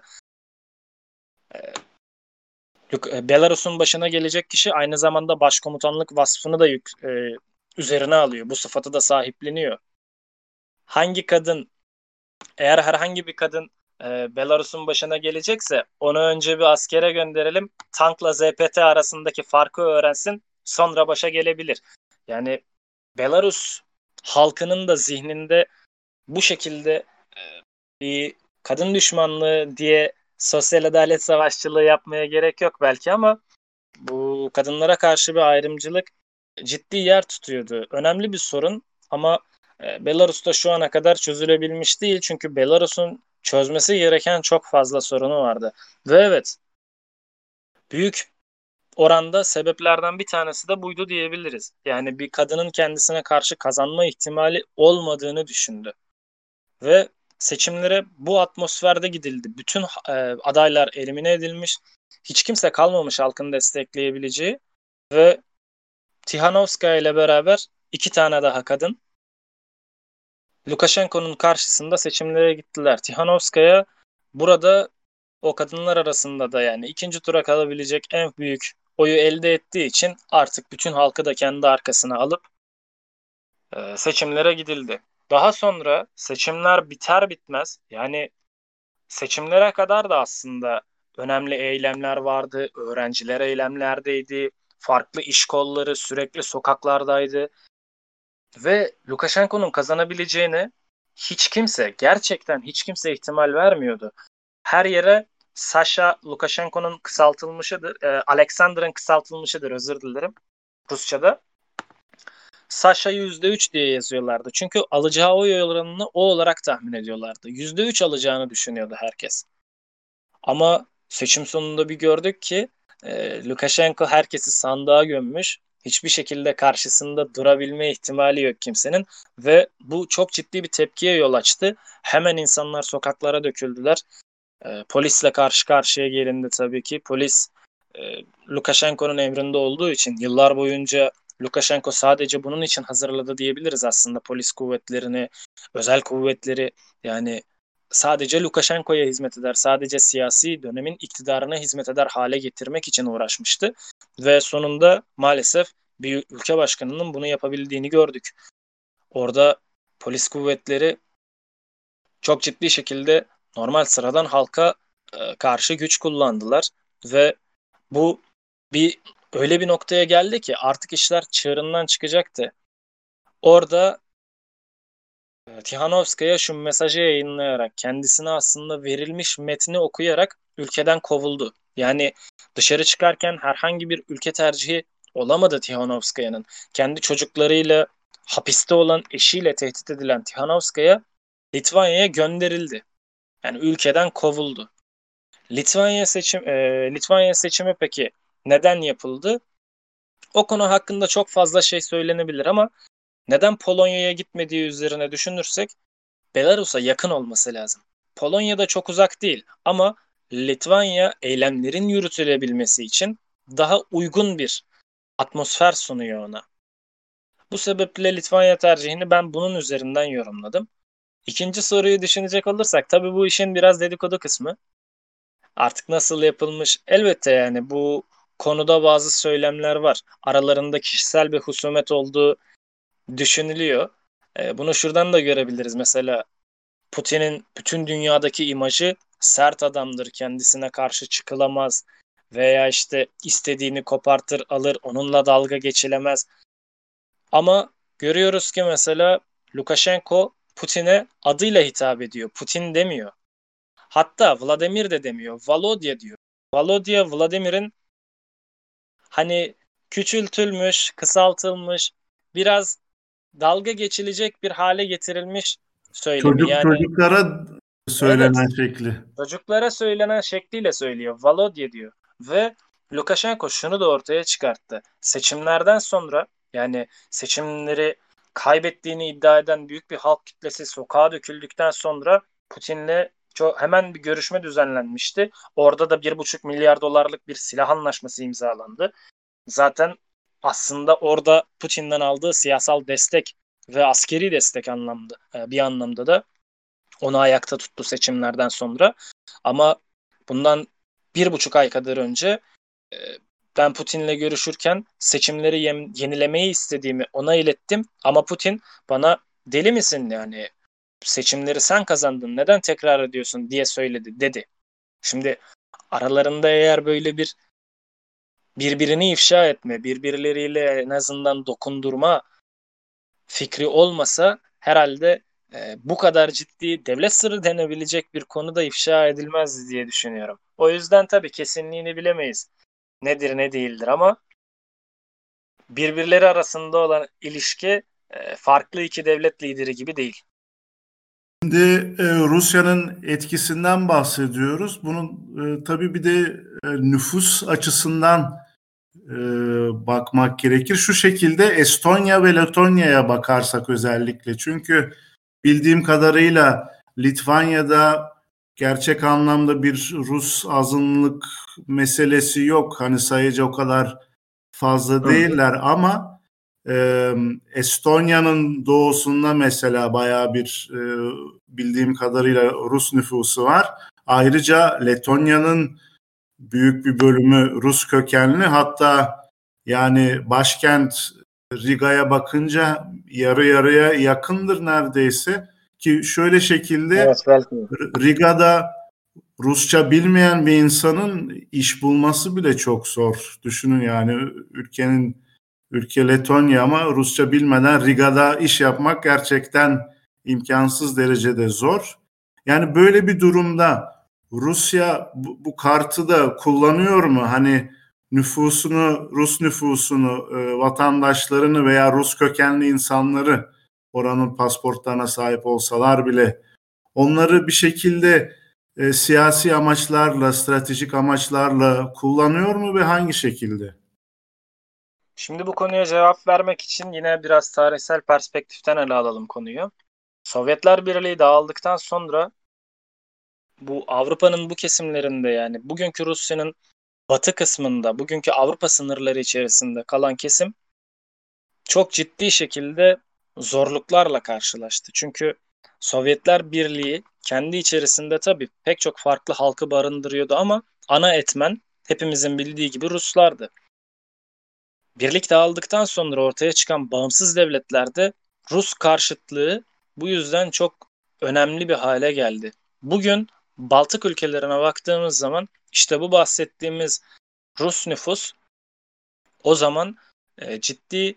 Belarus'un başına gelecek kişi aynı zamanda başkomutanlık vasfını da üzerine alıyor. Bu sıfatı da sahipleniyor. Hangi kadın Eğer herhangi bir kadın Belarus'un başına gelecekse onu önce bir askere gönderelim. Tankla ZPT arasındaki farkı öğrensin. Sonra başa gelebilir. Yani Belarus halkının da zihninde bu şekilde bir kadın düşmanlığı diye sosyal adalet savaşçılığı yapmaya gerek yok belki ama bu kadınlara karşı bir ayrımcılık ciddi yer tutuyordu. Önemli bir sorun ama Belarus'ta şu ana kadar çözülebilmiş değil. Çünkü Belarus'un çözmesi gereken çok fazla sorunu vardı. Ve evet, büyük oranda sebeplerden bir tanesi de buydu diyebiliriz. Yani bir kadının kendisine karşı kazanma ihtimali olmadığını düşündü. Ve seçimlere bu atmosferde gidildi. Bütün adaylar elimine edilmiş. Hiç kimse kalmamış halkın destekleyebileceği ve Tikhanovskaya ile beraber iki tane daha kadın Lukashenko'nun karşısında seçimlere gittiler. Tikhanovskaya burada o kadınlar arasında da yani ikinci tura kalabilecek en büyük oyu elde ettiği için artık bütün halkı da kendi arkasına alıp seçimlere gidildi. Daha sonra seçimler biter bitmez yani seçimlere kadar da aslında önemli eylemler vardı. Öğrenciler eylemlerdeydi. Farklı iş kolları sürekli sokaklardaydı. Ve Lukashenko'nun kazanabileceğini hiç kimse, gerçekten hiç kimse ihtimal vermiyordu. Her yere Sasha Lukashenko'nun kısaltılmışıdır, Alexander'ın kısaltılmışıdır, özür dilerim Rusça'da. Sasha %3 diye yazıyorlardı. Çünkü alacağı oy oranını o olarak tahmin ediyorlardı. %3 alacağını düşünüyordu herkes. Ama seçim sonunda bir gördük ki Lukashenko herkesi sandığa gömmüş. Hiçbir şekilde karşısında durabilme ihtimali yok kimsenin ve bu çok ciddi bir tepkiye yol açtı. Hemen insanlar sokaklara döküldüler. Polisle karşı karşıya gelindi tabii ki. Polis Lukashenko'nun emrinde olduğu için yıllar boyunca Lukashenko sadece bunun için hazırladı diyebiliriz aslında polis kuvvetlerini, özel kuvvetleri yani sadece Lukashenko'ya hizmet eder, sadece siyasi dönemin iktidarına hizmet eder hale getirmek için uğraşmıştı. Ve sonunda maalesef bir ülke başkanının bunu yapabildiğini gördük. Orada polis kuvvetleri çok ciddi şekilde normal sıradan halka karşı güç kullandılar ve bu bir öyle bir noktaya geldi ki artık işler çığırından çıkacaktı. Orada Tikhanovskaya şu mesajı yayınlayarak kendisine aslında verilmiş metni okuyarak ülkeden kovuldu. Yani dışarı çıkarken herhangi bir ülke tercihi olamadı Tikhanovskaya'nın. Kendi çocuklarıyla hapiste olan eşiyle tehdit edilen Tikhanovskaya Litvanya'ya gönderildi. Yani ülkeden kovuldu. Litvanya seçimi peki neden yapıldı? O konu hakkında çok fazla şey söylenebilir ama neden Polonya'ya gitmediği üzerine düşünürsek Belarus'a yakın olması lazım. Polonya'da çok uzak değil ama Litvanya eylemlerin yürütülebilmesi için daha uygun bir atmosfer sunuyor ona. Bu sebeple Litvanya tercihini ben bunun üzerinden yorumladım. İkinci soruyu düşünecek olursak tabii bu işin biraz dedikodu kısmı. Artık nasıl yapılmış? Elbette yani bu konuda bazı söylemler var. Aralarında kişisel bir husumet olduğu düşünülüyor. Bunu şuradan da görebiliriz. Mesela Putin'in bütün dünyadaki imajı sert adamdır, kendisine karşı çıkılamaz veya işte istediğini kopartır alır, onunla dalga geçilemez. Ama görüyoruz ki mesela Lukashenko Putin'e adıyla hitap ediyor. Putin demiyor. Hatta Vladimir de demiyor. Volodya diyor. Volodya Vladimir'in hani küçültülmüş, kısaltılmış, biraz dalga geçilecek bir hale getirilmiş söylemi. Yani Çocuklara evet, söylenen şekli. çocuklara söylenen şekliyle söylüyor. Volodya diyor. Ve Lukashenko şunu da ortaya çıkarttı. Seçimlerden sonra yani seçimleri kaybettiğini iddia eden büyük bir halk kitlesi sokağa döküldükten sonra Putin'le hemen bir görüşme düzenlenmişti. Orada da 1,5 milyar dolarlık bir silah anlaşması imzalandı. Zaten aslında orada Putin'den aldığı siyasal destek ve askeri destek anlamda bir anlamda da onu ayakta tuttu seçimlerden sonra. Ama bundan 1,5 ay kadar önce e, ben Putin'le görüşürken seçimleri yenilemeyi istediğimi ona ilettim. Ama Putin bana deli misin yani seçimleri sen kazandın neden tekrar ediyorsun diye söyledi dedi. Şimdi aralarında eğer böyle bir birbirini ifşa etme, birbirleriyle en azından dokundurma fikri olmasa herhalde bu kadar ciddi devlet sırrı denebilecek bir konuda ifşa edilmez diye düşünüyorum. O yüzden tabii kesinliğini bilemeyiz. Nedir ne değildir ama birbirleri arasında olan ilişki farklı iki devlet lideri gibi değil. Şimdi Rusya'nın etkisinden bahsediyoruz. Bunun tabii bir de nüfus açısından bakmak gerekir. Şu şekilde Estonya ve Letonya'ya bakarsak özellikle. Çünkü bildiğim kadarıyla Litvanya'da gerçek anlamda bir Rus azınlık meselesi yok. Hani sayıca o kadar fazla değiller ama Estonya'nın doğusunda mesela bayağı bir bildiğim kadarıyla Rus nüfusu var. Ayrıca Letonya'nın büyük bir bölümü Rus kökenli. Hatta yani başkent Riga'ya bakınca yarı yarıya yakındır neredeyse. Ki şöyle şekilde Evet, belki. Riga'da Rusça bilmeyen bir insanın iş bulması bile çok zor. Düşünün yani ülke Letonya ama Rusça bilmeden Riga'da iş yapmak gerçekten imkansız derecede zor. Yani böyle bir durumda Rusya bu kartı da kullanıyor mu? Hani Rus nüfusunu, vatandaşlarını veya Rus kökenli insanları oranın pasportlarına sahip olsalar bile onları bir şekilde siyasi amaçlarla, stratejik amaçlarla kullanıyor mu ve hangi şekilde? Şimdi bu konuya cevap vermek için yine biraz tarihsel perspektiften ele alalım konuyu. Sovyetler Birliği dağıldıktan sonra bu Avrupa'nın bu kesimlerinde yani bugünkü Rusya'nın batı kısmında, bugünkü Avrupa sınırları içerisinde kalan kesim çok ciddi şekilde zorluklarla karşılaştı. Çünkü Sovyetler Birliği kendi içerisinde tabii pek çok farklı halkı barındırıyordu ama ana etmen hepimizin bildiği gibi Ruslardı. Birlik dağıldıktan sonra ortaya çıkan bağımsız devletlerde Rus karşıtlığı bu yüzden çok önemli bir hale geldi. Bugün Baltık ülkelerine baktığımız zaman işte bu bahsettiğimiz Rus nüfus o zaman ciddi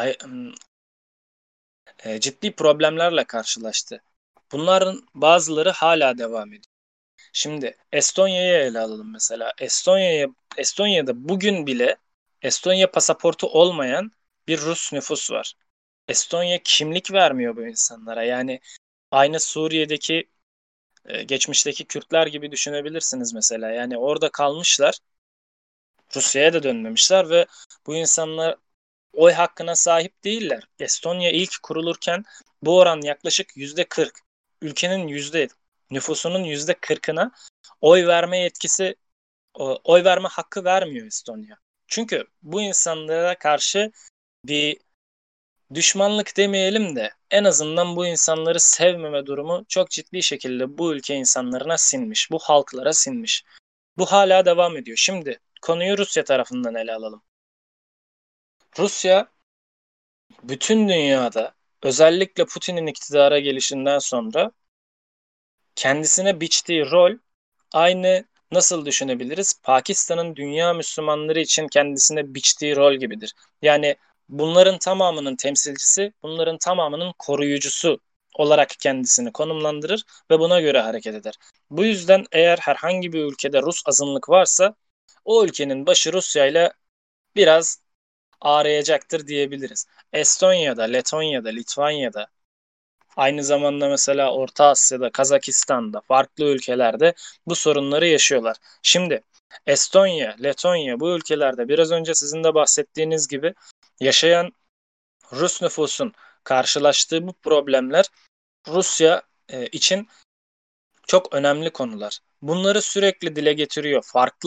ciddi problemlerle karşılaştı. Bunların bazıları hala devam ediyor. Şimdi Estonya'yı ele alalım mesela. Estonya'da bugün bile Estonya pasaportu olmayan bir Rus nüfus var. Estonya kimlik vermiyor bu insanlara. Yani aynı Suriye'deki geçmişteki Kürtler gibi düşünebilirsiniz mesela. Yani orada kalmışlar. Rusya'ya da dönmemişler ve bu insanlar oy hakkına sahip değiller. Estonya ilk kurulurken bu oran yaklaşık %40. Ülkenin nüfusunun %40'ına oy verme yetkisi, oy verme hakkı vermiyor Estonya. Çünkü bu insanlara karşı bir düşmanlık demeyelim de en azından bu insanları sevmeme durumu çok ciddi şekilde bu ülke insanlarına sinmiş, bu halklara sinmiş. Bu hala devam ediyor. Şimdi konuyu Rusya tarafından ele alalım. Rusya bütün dünyada özellikle Putin'in iktidara gelişinden sonra kendisine biçtiği rol aynı, nasıl düşünebiliriz? Pakistan'ın dünya Müslümanları için kendisine biçtiği rol gibidir. Yani bunların tamamının temsilcisi, bunların tamamının koruyucusu olarak kendisini konumlandırır ve buna göre hareket eder. Bu yüzden eğer herhangi bir ülkede Rus azınlık varsa o ülkenin başı Rusya ile biraz ağrıyacaktır diyebiliriz. Estonya'da, Letonya'da, Litvanya'da, aynı zamanda mesela Orta Asya'da, Kazakistan'da, farklı ülkelerde bu sorunları yaşıyorlar. Şimdi Estonya, Letonya bu ülkelerde biraz önce sizin de bahsettiğiniz gibi yaşayan Rus nüfusun karşılaştığı bu problemler Rusya için çok önemli konular. Bunları sürekli dile getiriyor.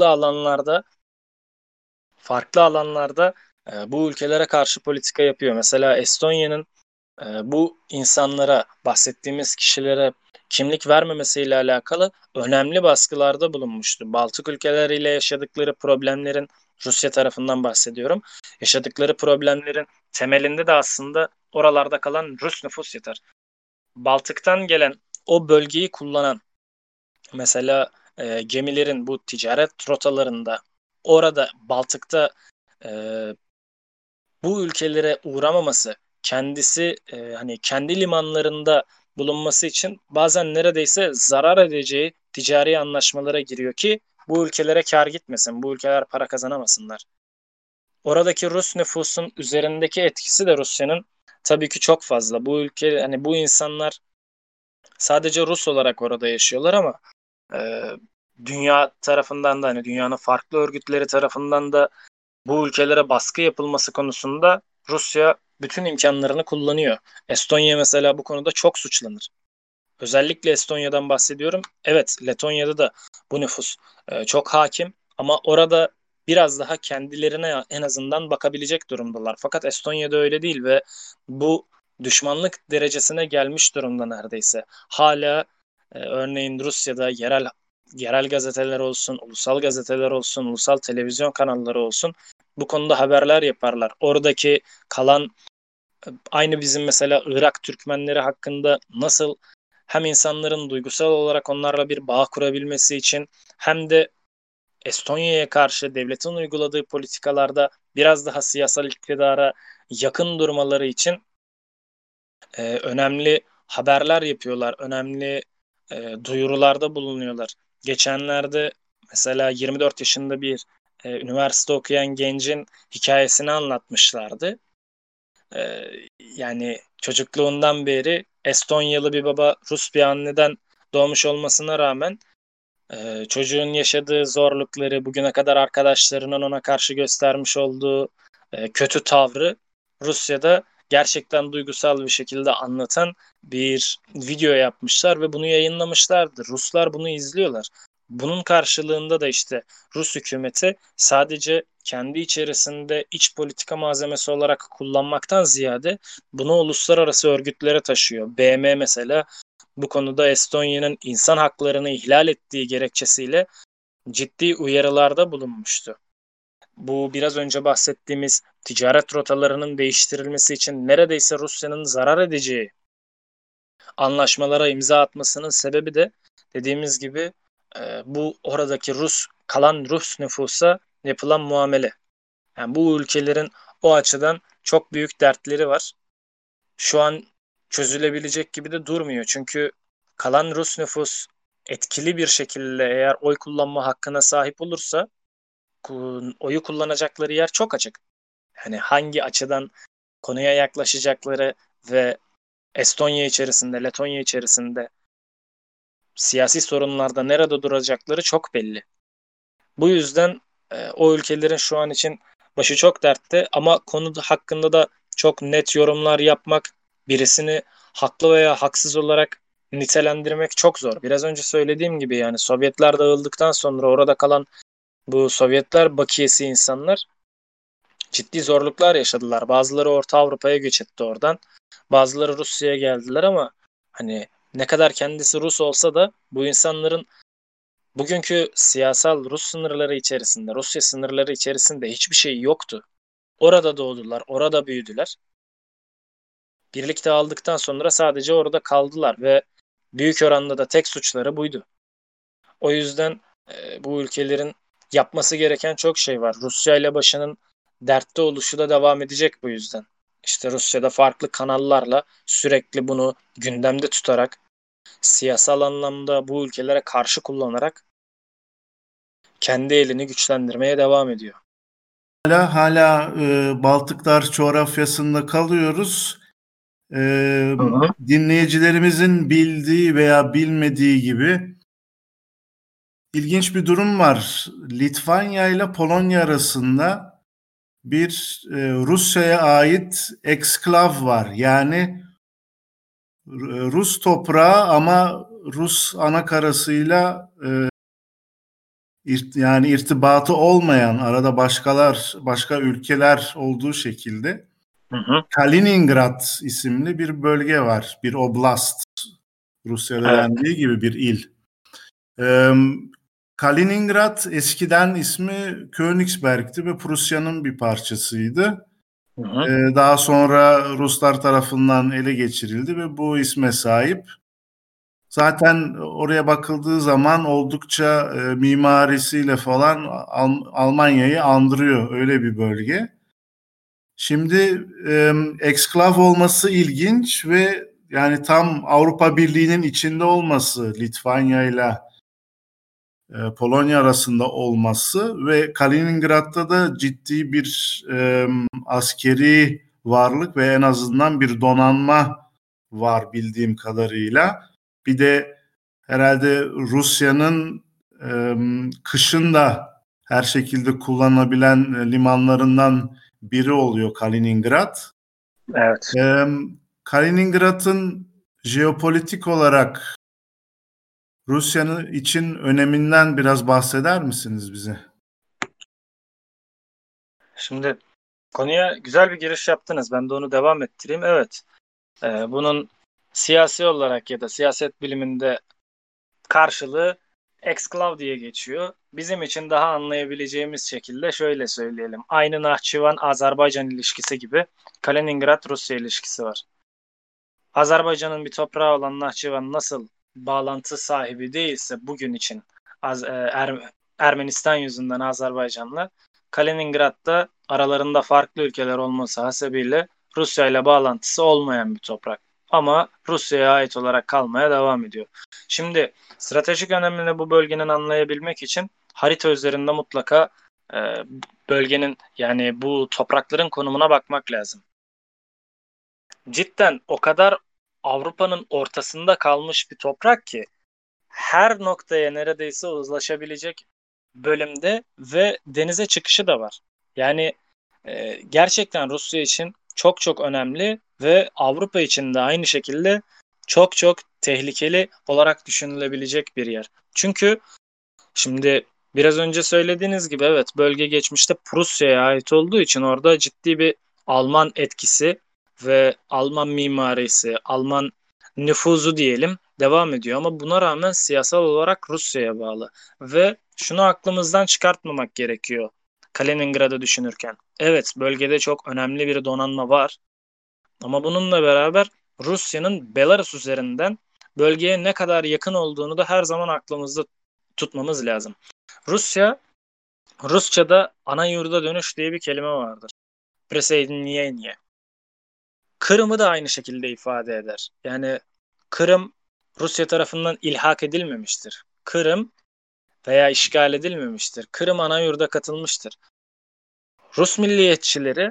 Farklı alanlarda bu ülkelere karşı politika yapıyor. Mesela Estonya'nın bu insanlara, bahsettiğimiz kişilere kimlik vermemesiyle alakalı önemli baskılarda bulunmuştu. Baltık ülkeleriyle yaşadıkları problemlerin, Rusya tarafından bahsediyorum, yaşadıkları problemlerin temelinde de aslında oralarda kalan Rus nüfus yatar. Baltık'tan gelen, o bölgeyi kullanan mesela gemilerin bu ticaret rotalarında orada Baltık'ta e, bu ülkelere uğramaması, kendisi hani kendi limanlarında bulunması için bazen neredeyse zarar edeceği ticari anlaşmalara giriyor ki bu ülkelere kar gitmesin, bu ülkeler para kazanamasınlar. Oradaki Rus nüfusun üzerindeki etkisi de Rusya'nın tabii ki çok fazla. Bu ülke, hani bu insanlar sadece Rus olarak orada yaşıyorlar ama e, dünya tarafından da, hani dünyanın farklı örgütleri tarafından da bu ülkelere baskı yapılması konusunda Rusya bütün imkanlarını kullanıyor. Estonya mesela bu konuda çok suçlanır. Özellikle Estonya'dan bahsediyorum. Evet, Letonya'da da bu nüfus çok hakim ama orada biraz daha kendilerine en azından bakabilecek durumdalar. Fakat Estonya'da öyle değil ve bu düşmanlık derecesine gelmiş durumda neredeyse. Hala örneğin Rusya'da yerel gazeteler olsun, ulusal gazeteler olsun, ulusal televizyon kanalları olsun bu konuda haberler yaparlar. Oradaki kalan, aynı bizim mesela Irak Türkmenleri hakkında nasıl hem insanların duygusal olarak onlarla bir bağ kurabilmesi için hem de Estonya'ya karşı devletin uyguladığı politikalarda biraz daha siyasal iktidara yakın durmaları için önemli haberler yapıyorlar, önemli duyurularda bulunuyorlar. Geçenlerde mesela 24 yaşında bir üniversite okuyan gencin hikayesini anlatmışlardı. Yani çocukluğundan beri Estonyalı bir baba, Rus bir anneden doğmuş olmasına rağmen çocuğun yaşadığı zorlukları, bugüne kadar arkadaşlarının ona karşı göstermiş olduğu kötü tavrı Rusya'da gerçekten duygusal bir şekilde anlatan bir video yapmışlar ve bunu yayınlamışlardı. Ruslar bunu izliyorlar. Bunun karşılığında da işte Rus hükümeti sadece kendi içerisinde iç politika malzemesi olarak kullanmaktan ziyade bunu uluslararası örgütlere taşıyor. BM mesela bu konuda Estonya'nın insan haklarını ihlal ettiği gerekçesiyle ciddi uyarılarda bulunmuştu. Bu biraz önce bahsettiğimiz ticaret rotalarının değiştirilmesi için neredeyse Rusya'nın zarar edeceği anlaşmalara imza atmasının sebebi de dediğimiz gibi bu oradaki kalan Rus nüfusa yapılan muamele. Yani bu ülkelerin o açıdan çok büyük dertleri var. Şu an çözülebilecek gibi de durmuyor. Çünkü kalan Rus nüfus etkili bir şekilde eğer oy kullanma hakkına sahip olursa oyu kullanacakları yer çok açık. Yani hangi açıdan konuya yaklaşacakları ve Estonya içerisinde, Letonya içerisinde siyasi sorunlarda nerede duracakları çok belli. Bu yüzden o ülkelerin şu an için başı çok dertte ama konu hakkında da çok net yorumlar yapmak, birisini haklı veya haksız olarak nitelendirmek çok zor. Biraz önce söylediğim gibi yani Sovyetler dağıldıktan sonra orada kalan bu Sovyetler bakiyesi insanlar ciddi zorluklar yaşadılar. Bazıları Orta Avrupa'ya göç etti oradan. Bazıları Rusya'ya geldiler ama hani ne kadar kendisi Rus olsa da bu insanların bugünkü siyasal Rus sınırları içerisinde, Rusya sınırları içerisinde hiçbir şey yoktu. Orada doğdular, orada büyüdüler. Birlikte aldıktan sonra sadece orada kaldılar ve büyük oranda da tek suçları buydu. O yüzden bu ülkelerin yapması gereken çok şey var. Rusya ile başının dertte oluşu da devam edecek bu yüzden. İşte Rusya'da farklı kanallarla sürekli bunu gündemde tutarak, siyasal anlamda bu ülkelere karşı kullanarak kendi elini güçlendirmeye devam ediyor. Hala Baltıklar coğrafyasında kalıyoruz. Dinleyicilerimizin bildiği veya bilmediği gibi ilginç bir durum var. Litvanya ile Polonya arasında bir Rusya'ya ait eksklav var. Yani Rus toprağı ama Rus anakarasıyla yani irtibatı olmayan, arada başka ülkeler olduğu şekilde Kaliningrad isimli bir bölge var. Bir oblast. Rusya'da dendiği gibi bir il. Kaliningrad eskiden ismi Königsberg'ti ve Prusya'nın bir parçasıydı. Daha sonra Ruslar tarafından ele geçirildi ve bu isme sahip. Zaten oraya bakıldığı zaman oldukça mimarisiyle falan Almanya'yı andırıyor, öyle bir bölge. Şimdi eksklav olması ilginç ve yani tam Avrupa Birliği'nin içinde olması, Litvanya ile Polonya arasında olması ve Kaliningrad'da da ciddi bir askeri varlık ve en azından bir donanma var bildiğim kadarıyla. Bir de herhalde Rusya'nın kışın da her şekilde kullanılabilen limanlarından biri oluyor Kaliningrad. Evet. Kaliningrad'ın jeopolitik olarak Rusya'nın için öneminden biraz bahseder misiniz bize? Şimdi konuya güzel bir giriş yaptınız. Ben de onu devam ettireyim. Evet. Bunun siyasi olarak ya da siyaset biliminde karşılığı eksklav diye geçiyor. Bizim için daha anlayabileceğimiz şekilde şöyle söyleyelim. Aynı Nahçıvan-Azerbaycan ilişkisi gibi Kaliningrad-Rusya ilişkisi var. Azerbaycan'ın bir toprağı olan Nahçıvan nasıl bağlantı sahibi değilse bugün için Ermenistan yüzünden Azerbaycan'la, Kaliningrad'da aralarında farklı ülkeler olması hasebiyle Rusya ile bağlantısı olmayan bir toprak. Ama Rusya'ya ait olarak kalmaya devam ediyor. Şimdi stratejik önemini bu bölgenin anlayabilmek için harita üzerinde mutlaka bölgenin yani bu toprakların konumuna bakmak lazım. Cidden o kadar Avrupa'nın ortasında kalmış bir toprak ki her noktaya neredeyse ulaşabilecek bölümde ve denize çıkışı da var. Yani gerçekten Rusya için çok çok önemli ve Avrupa için de aynı şekilde çok çok tehlikeli olarak düşünülebilecek bir yer. Çünkü şimdi biraz önce söylediğiniz gibi evet bölge geçmişte Prusya'ya ait olduğu için orada ciddi bir Alman etkisi ve Alman mimarisi, Alman nüfuzu diyelim devam ediyor. Ama buna rağmen siyasal olarak Rusya'ya bağlı. Ve şunu aklımızdan çıkartmamak gerekiyor Kaliningrad'ı düşünürken. Evet bölgede çok önemli bir donanma var. Ama bununla beraber Rusya'nın Belarus üzerinden bölgeye ne kadar yakın olduğunu da her zaman aklımızda tutmamız lazım. Rusça'da ana yurda dönüş diye bir kelime vardır. Prисоединение. Kırım'ı da aynı şekilde ifade eder. Yani Kırım Rusya tarafından ilhak edilmemiştir. Kırım veya işgal edilmemiştir. Kırım ana yurda katılmıştır. Rus milliyetçileri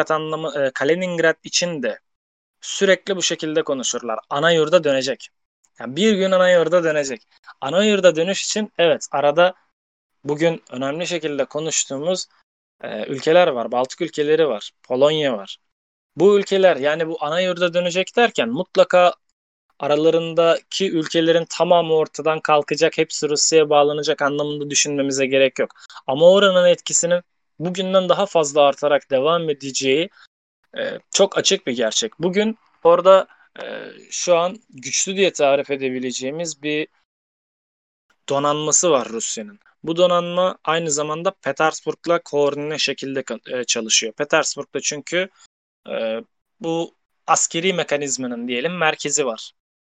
Kaliningrad için de sürekli bu şekilde konuşurlar. Ana yurda dönecek. Yani bir gün ana yurda dönecek. Ana yurda dönüş için evet arada bugün önemli şekilde konuştuğumuz ülkeler var. Baltık ülkeleri var. Polonya var. Bu ülkeler yani bu ana yurda dönecek derken mutlaka aralarındaki ülkelerin tamamı ortadan kalkacak, hepsi Rusya'ya bağlanacak anlamında düşünmemize gerek yok. Ama oranın etkisinin bugünden daha fazla artarak devam edeceği çok açık bir gerçek. Bugün orada şu an güçlü diye tarif edebileceğimiz bir donanması var Rusya'nın. Bu donanma aynı zamanda Petersburg'la koordine şekilde çalışıyor. Petersburg'da çünkü e, bu askeri mekanizmanın diyelim merkezi var.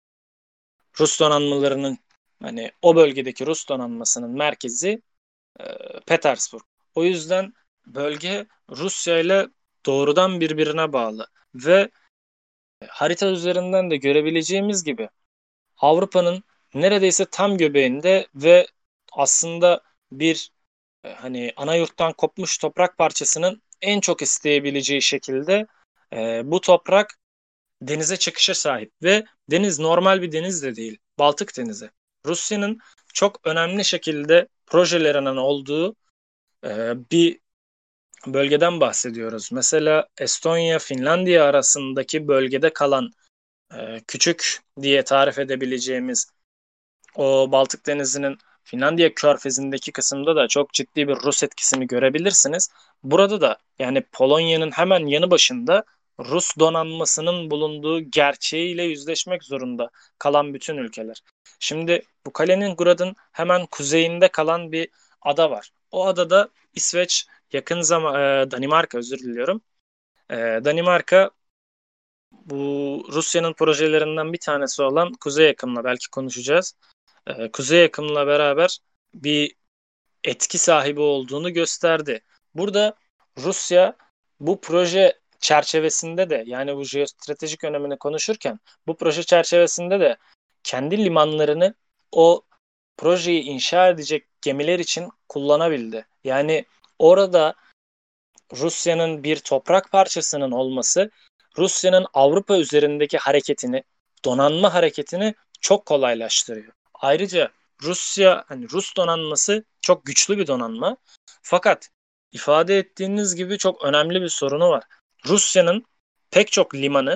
Rus donanmalarının hani o bölgedeki Rus donanmasının merkezi e, Petersburg. O yüzden bölge Rusya ile doğrudan birbirine bağlı ve harita üzerinden de görebileceğimiz gibi Avrupa'nın neredeyse tam göbeğinde ve aslında bir hani ana yurttan kopmuş toprak parçasının en çok isteyebileceği şekilde bu toprak denize çıkışa sahip ve deniz normal bir deniz de değil. Baltık Denizi. Rusya'nın çok önemli şekilde projelerinin olduğu bir bölgeden bahsediyoruz. Mesela Estonya, Finlandiya arasındaki bölgede kalan küçük diye tarif edebileceğimiz o Baltık Denizi'nin Finlandiya körfezindeki kısımda da çok ciddi bir Rus etkisini görebilirsiniz. Burada da yani Polonya'nın hemen yanı başında Rus donanmasının bulunduğu gerçeğiyle yüzleşmek zorunda kalan bütün ülkeler. Şimdi bu Kaliningrad'ın hemen kuzeyinde kalan bir ada var. O adada İsveç yakın zaman Danimarka özür diliyorum. Danimarka bu Rusya'nın projelerinden bir tanesi olan Kuzey Akım'la belki konuşacağız. Kuzey Akım'la beraber bir etki sahibi olduğunu gösterdi. Burada Rusya bu proje çerçevesinde de yani bu jeostratejik önemini konuşurken bu proje çerçevesinde de kendi limanlarını o projeyi inşa edecek gemiler için kullanabildi. Yani orada Rusya'nın bir toprak parçasının olması Rusya'nın Avrupa üzerindeki hareketini, donanma hareketini çok kolaylaştırıyor. Ayrıca Rusya, hani Rus donanması çok güçlü bir donanma. Fakat ifade ettiğiniz gibi çok önemli bir sorunu var. Rusya'nın pek çok limanı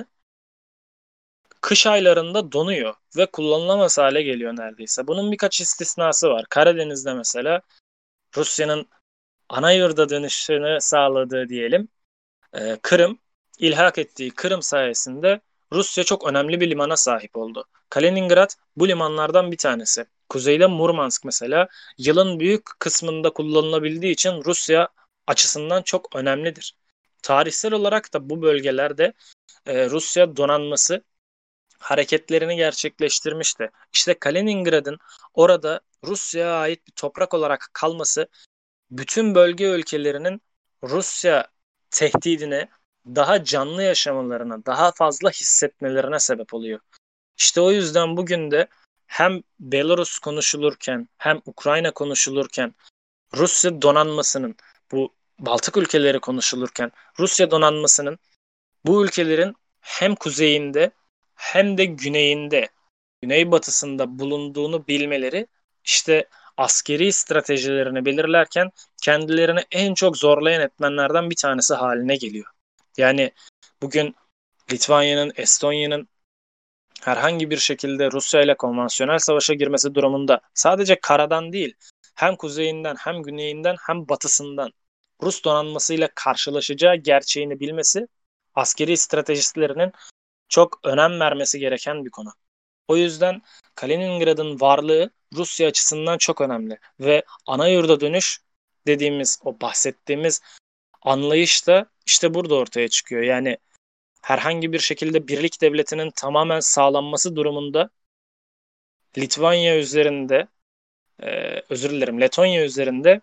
kış aylarında donuyor ve kullanılamaz hale geliyor neredeyse. Bunun birkaç istisnası var. Karadeniz'de mesela Rusya'nın ana yurda dönüşünü sağladığı diyelim Kırım, ilhak ettiği Kırım sayesinde Rusya çok önemli bir limana sahip oldu. Kaliningrad bu limanlardan bir tanesi. Kuzeyde Murmansk mesela yılın büyük kısmında kullanılabildiği için Rusya açısından çok önemlidir. Tarihsel olarak da bu bölgelerde Rusya donanması hareketlerini gerçekleştirmişti. İşte Kaliningrad'ın orada Rusya'ya ait bir toprak olarak kalması bütün bölge ülkelerinin Rusya tehdidine daha canlı yaşamalarına, daha fazla hissetmelerine sebep oluyor. İşte o yüzden bugün de hem Belarus konuşulurken hem Ukrayna konuşulurken Rusya donanmasının bu Baltık ülkeleri konuşulurken Rusya donanmasının bu ülkelerin hem kuzeyinde hem de güneyinde, güneybatısında bulunduğunu bilmeleri işte askeri stratejilerini belirlerken kendilerini en çok zorlayan etmenlerden bir tanesi haline geliyor. Yani bugün Litvanya'nın, Estonya'nın herhangi bir şekilde Rusya ile konvansiyonel savaşa girmesi durumunda sadece karadan değil, hem kuzeyinden hem güneyinden hem batısından Rus donanmasıyla karşılaşacağı gerçeğini bilmesi askeri stratejistlerinin çok önem vermesi gereken bir konu. O yüzden Kaliningrad'ın varlığı Rusya açısından çok önemli ve ana yurda dönüş dediğimiz o bahsettiğimiz anlayış da işte burada ortaya çıkıyor. Yani herhangi bir şekilde birlik devletinin tamamen sağlanması durumunda Litvanya üzerinde özür dilerim Letonya üzerinde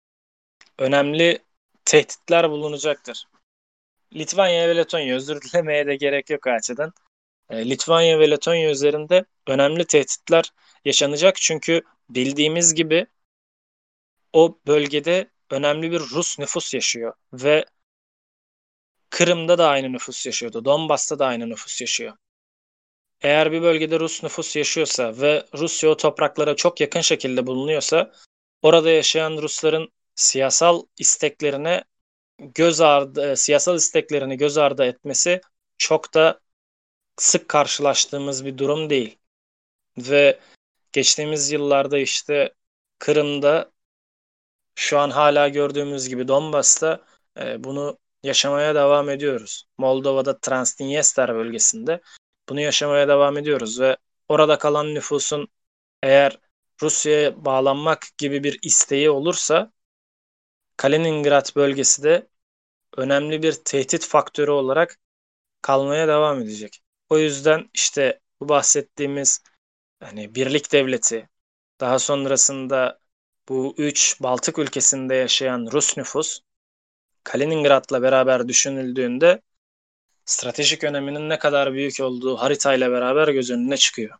önemli tehditler bulunacaktır. Litvanya ve Letonya özür dilemeye de gerek yok o açıdan. Litvanya ve Letonya üzerinde önemli tehditler yaşanacak çünkü bildiğimiz gibi o bölgede önemli bir Rus nüfus yaşıyor ve Kırım'da da aynı nüfus yaşıyordu. Donbas'ta da aynı nüfus yaşıyor. eğer bir bölgede Rus nüfus yaşıyorsa ve Rusya o topraklara çok yakın şekilde bulunuyorsa, orada yaşayan Rusların siyasal isteklerini göz ardı etmesi çok da sık karşılaştığımız bir durum değil. Ve geçtiğimiz yıllarda işte Kırım'da, şu an hala gördüğümüz gibi Donbas'ta bunu yaşamaya devam ediyoruz. Moldova'da Transnistria bölgesinde bunu yaşamaya devam ediyoruz ve orada kalan nüfusun eğer Rusya'ya bağlanmak gibi bir isteği olursa, Kaliningrad bölgesi de önemli bir tehdit faktörü olarak kalmaya devam edecek. O yüzden işte bu bahsettiğimiz hani birlik devleti, daha sonrasında bu 3 Baltık ülkesinde yaşayan Rus nüfus Kaliningrad'la beraber düşünüldüğünde stratejik öneminin ne kadar büyük olduğu haritayla beraber göz önüne çıkıyor.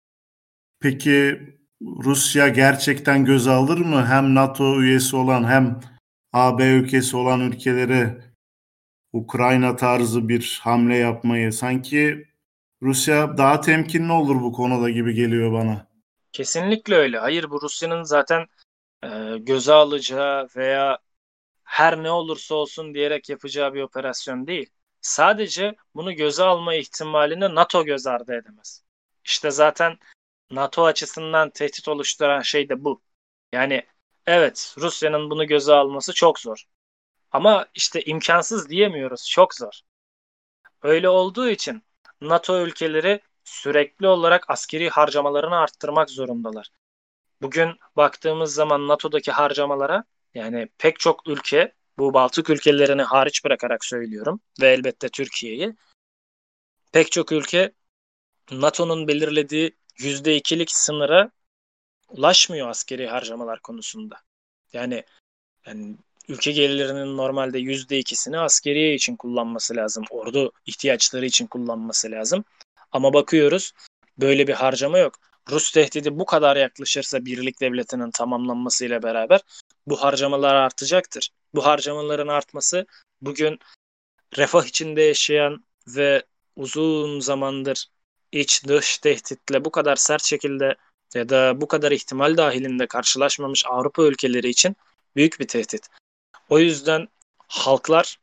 Peki Rusya gerçekten göze alır mı hem NATO üyesi olan hem AB ülkesi olan ülkelere Ukrayna tarzı bir hamle yapmayı? Sanki Rusya daha temkinli olur bu konuda gibi geliyor bana. Kesinlikle öyle. Hayır, bu Rusya'nın zaten göze alacağı veya her ne olursa olsun diyerek yapacağı bir operasyon değil. Sadece bunu göze alma ihtimalini NATO göz ardı edemez. İşte zaten NATO açısından tehdit oluşturan şey de bu. Yani evet, Rusya'nın bunu göze alması çok zor. Ama işte imkansız diyemiyoruz, çok zor. Öyle olduğu için NATO ülkeleri sürekli olarak askeri harcamalarını arttırmak zorundalar. Bugün baktığımız zaman NATO'daki harcamalara, yani pek çok ülke, bu Baltık ülkelerini hariç bırakarak söylüyorum ve elbette Türkiye'yi, pek çok ülke NATO'nun belirlediği %2'lik sınıra ulaşmıyor askeri harcamalar konusunda. Yani ülke gelirlerinin normalde %2'sini askeriye için kullanması lazım. Ordu ihtiyaçları için kullanması lazım. Ama bakıyoruz böyle bir harcama yok. Rus tehdidi bu kadar yaklaşırsa birlik devletinin tamamlanmasıyla beraber bu harcamalar artacaktır. Bu harcamaların artması bugün refah içinde yaşayan ve uzun zamandır iç dış tehditle bu kadar sert şekilde ya da bu kadar ihtimal dahilinde karşılaşmamış Avrupa ülkeleri için büyük bir tehdit. O yüzden halklar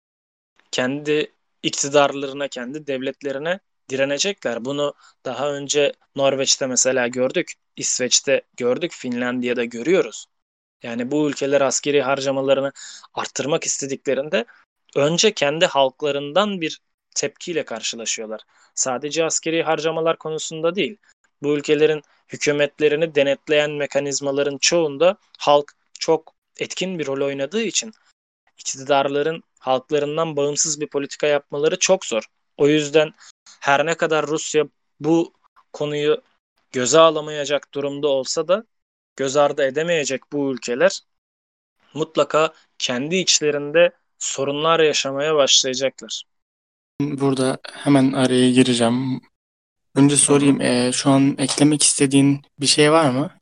kendi iktidarlarına, kendi devletlerine direnecekler. Bunu daha önce Norveç'te mesela gördük, İsveç'te gördük, Finlandiya'da görüyoruz. Yani bu ülkeler askeri harcamalarını arttırmak istediklerinde önce kendi halklarından bir tepkiyle karşılaşıyorlar. Sadece askeri harcamalar konusunda değil, bu ülkelerin hükümetlerini denetleyen mekanizmaların çoğunda halk çok etkin bir rol oynadığı için iktidarların halklarından bağımsız bir politika yapmaları çok zor. O yüzden her ne kadar Rusya bu konuyu göze alamayacak durumda olsa da göz ardı edemeyecek bu ülkeler mutlaka kendi içlerinde sorunlar yaşamaya başlayacaklar. Burada hemen araya gireceğim. Önce sorayım, şu an eklemek istediğin bir şey var mı?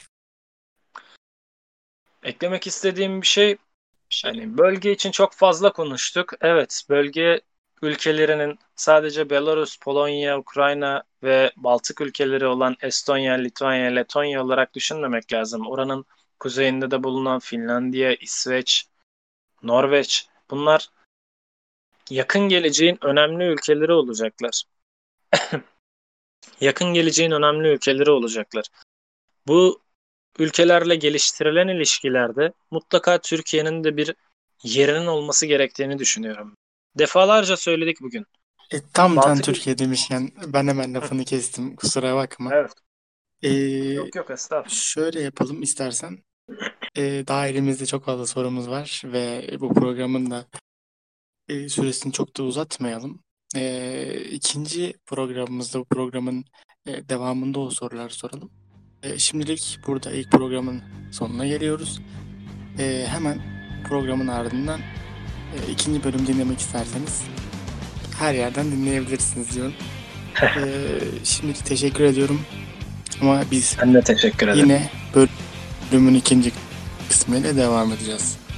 Eklemek istediğim bir şey, hani bölge için çok fazla konuştuk. Evet, bölge ülkelerinin sadece Belarus, Polonya, Ukrayna ve Baltık ülkeleri olan Estonya, Litvanya, Letonya olarak düşünmemek lazım. Oranın kuzeyinde de bulunan Finlandiya, İsveç, Norveç, bunlar yakın geleceğin önemli ülkeleri olacaklar. Yakın geleceğin önemli ülkeleri olacaklar. Bu ülkelerle geliştirilen ilişkilerde mutlaka Türkiye'nin de bir yerinin olması gerektiğini düşünüyorum. Defalarca söyledik bugün. Tam sen Baltık Türkiye demişken ben hemen lafını kestim. Kusura bakma. Evet. E, Yok estağfurullah. Şöyle yapalım istersen. Daha elimizde çok fazla sorumuz var ve bu programın da süresini çok da uzatmayalım. İkinci programımızda bu programın devamında o soruları soralım. Şimdilik burada ilk programın sonuna geliyoruz. Hemen programın ardından ikinci bölüm dinlemek isterseniz her yerden dinleyebilirsiniz diyorum. Şimdilik teşekkür ediyorum. Ama biz Ben de teşekkür ederim. yine bölümün ikinci kısmıyla devam edeceğiz.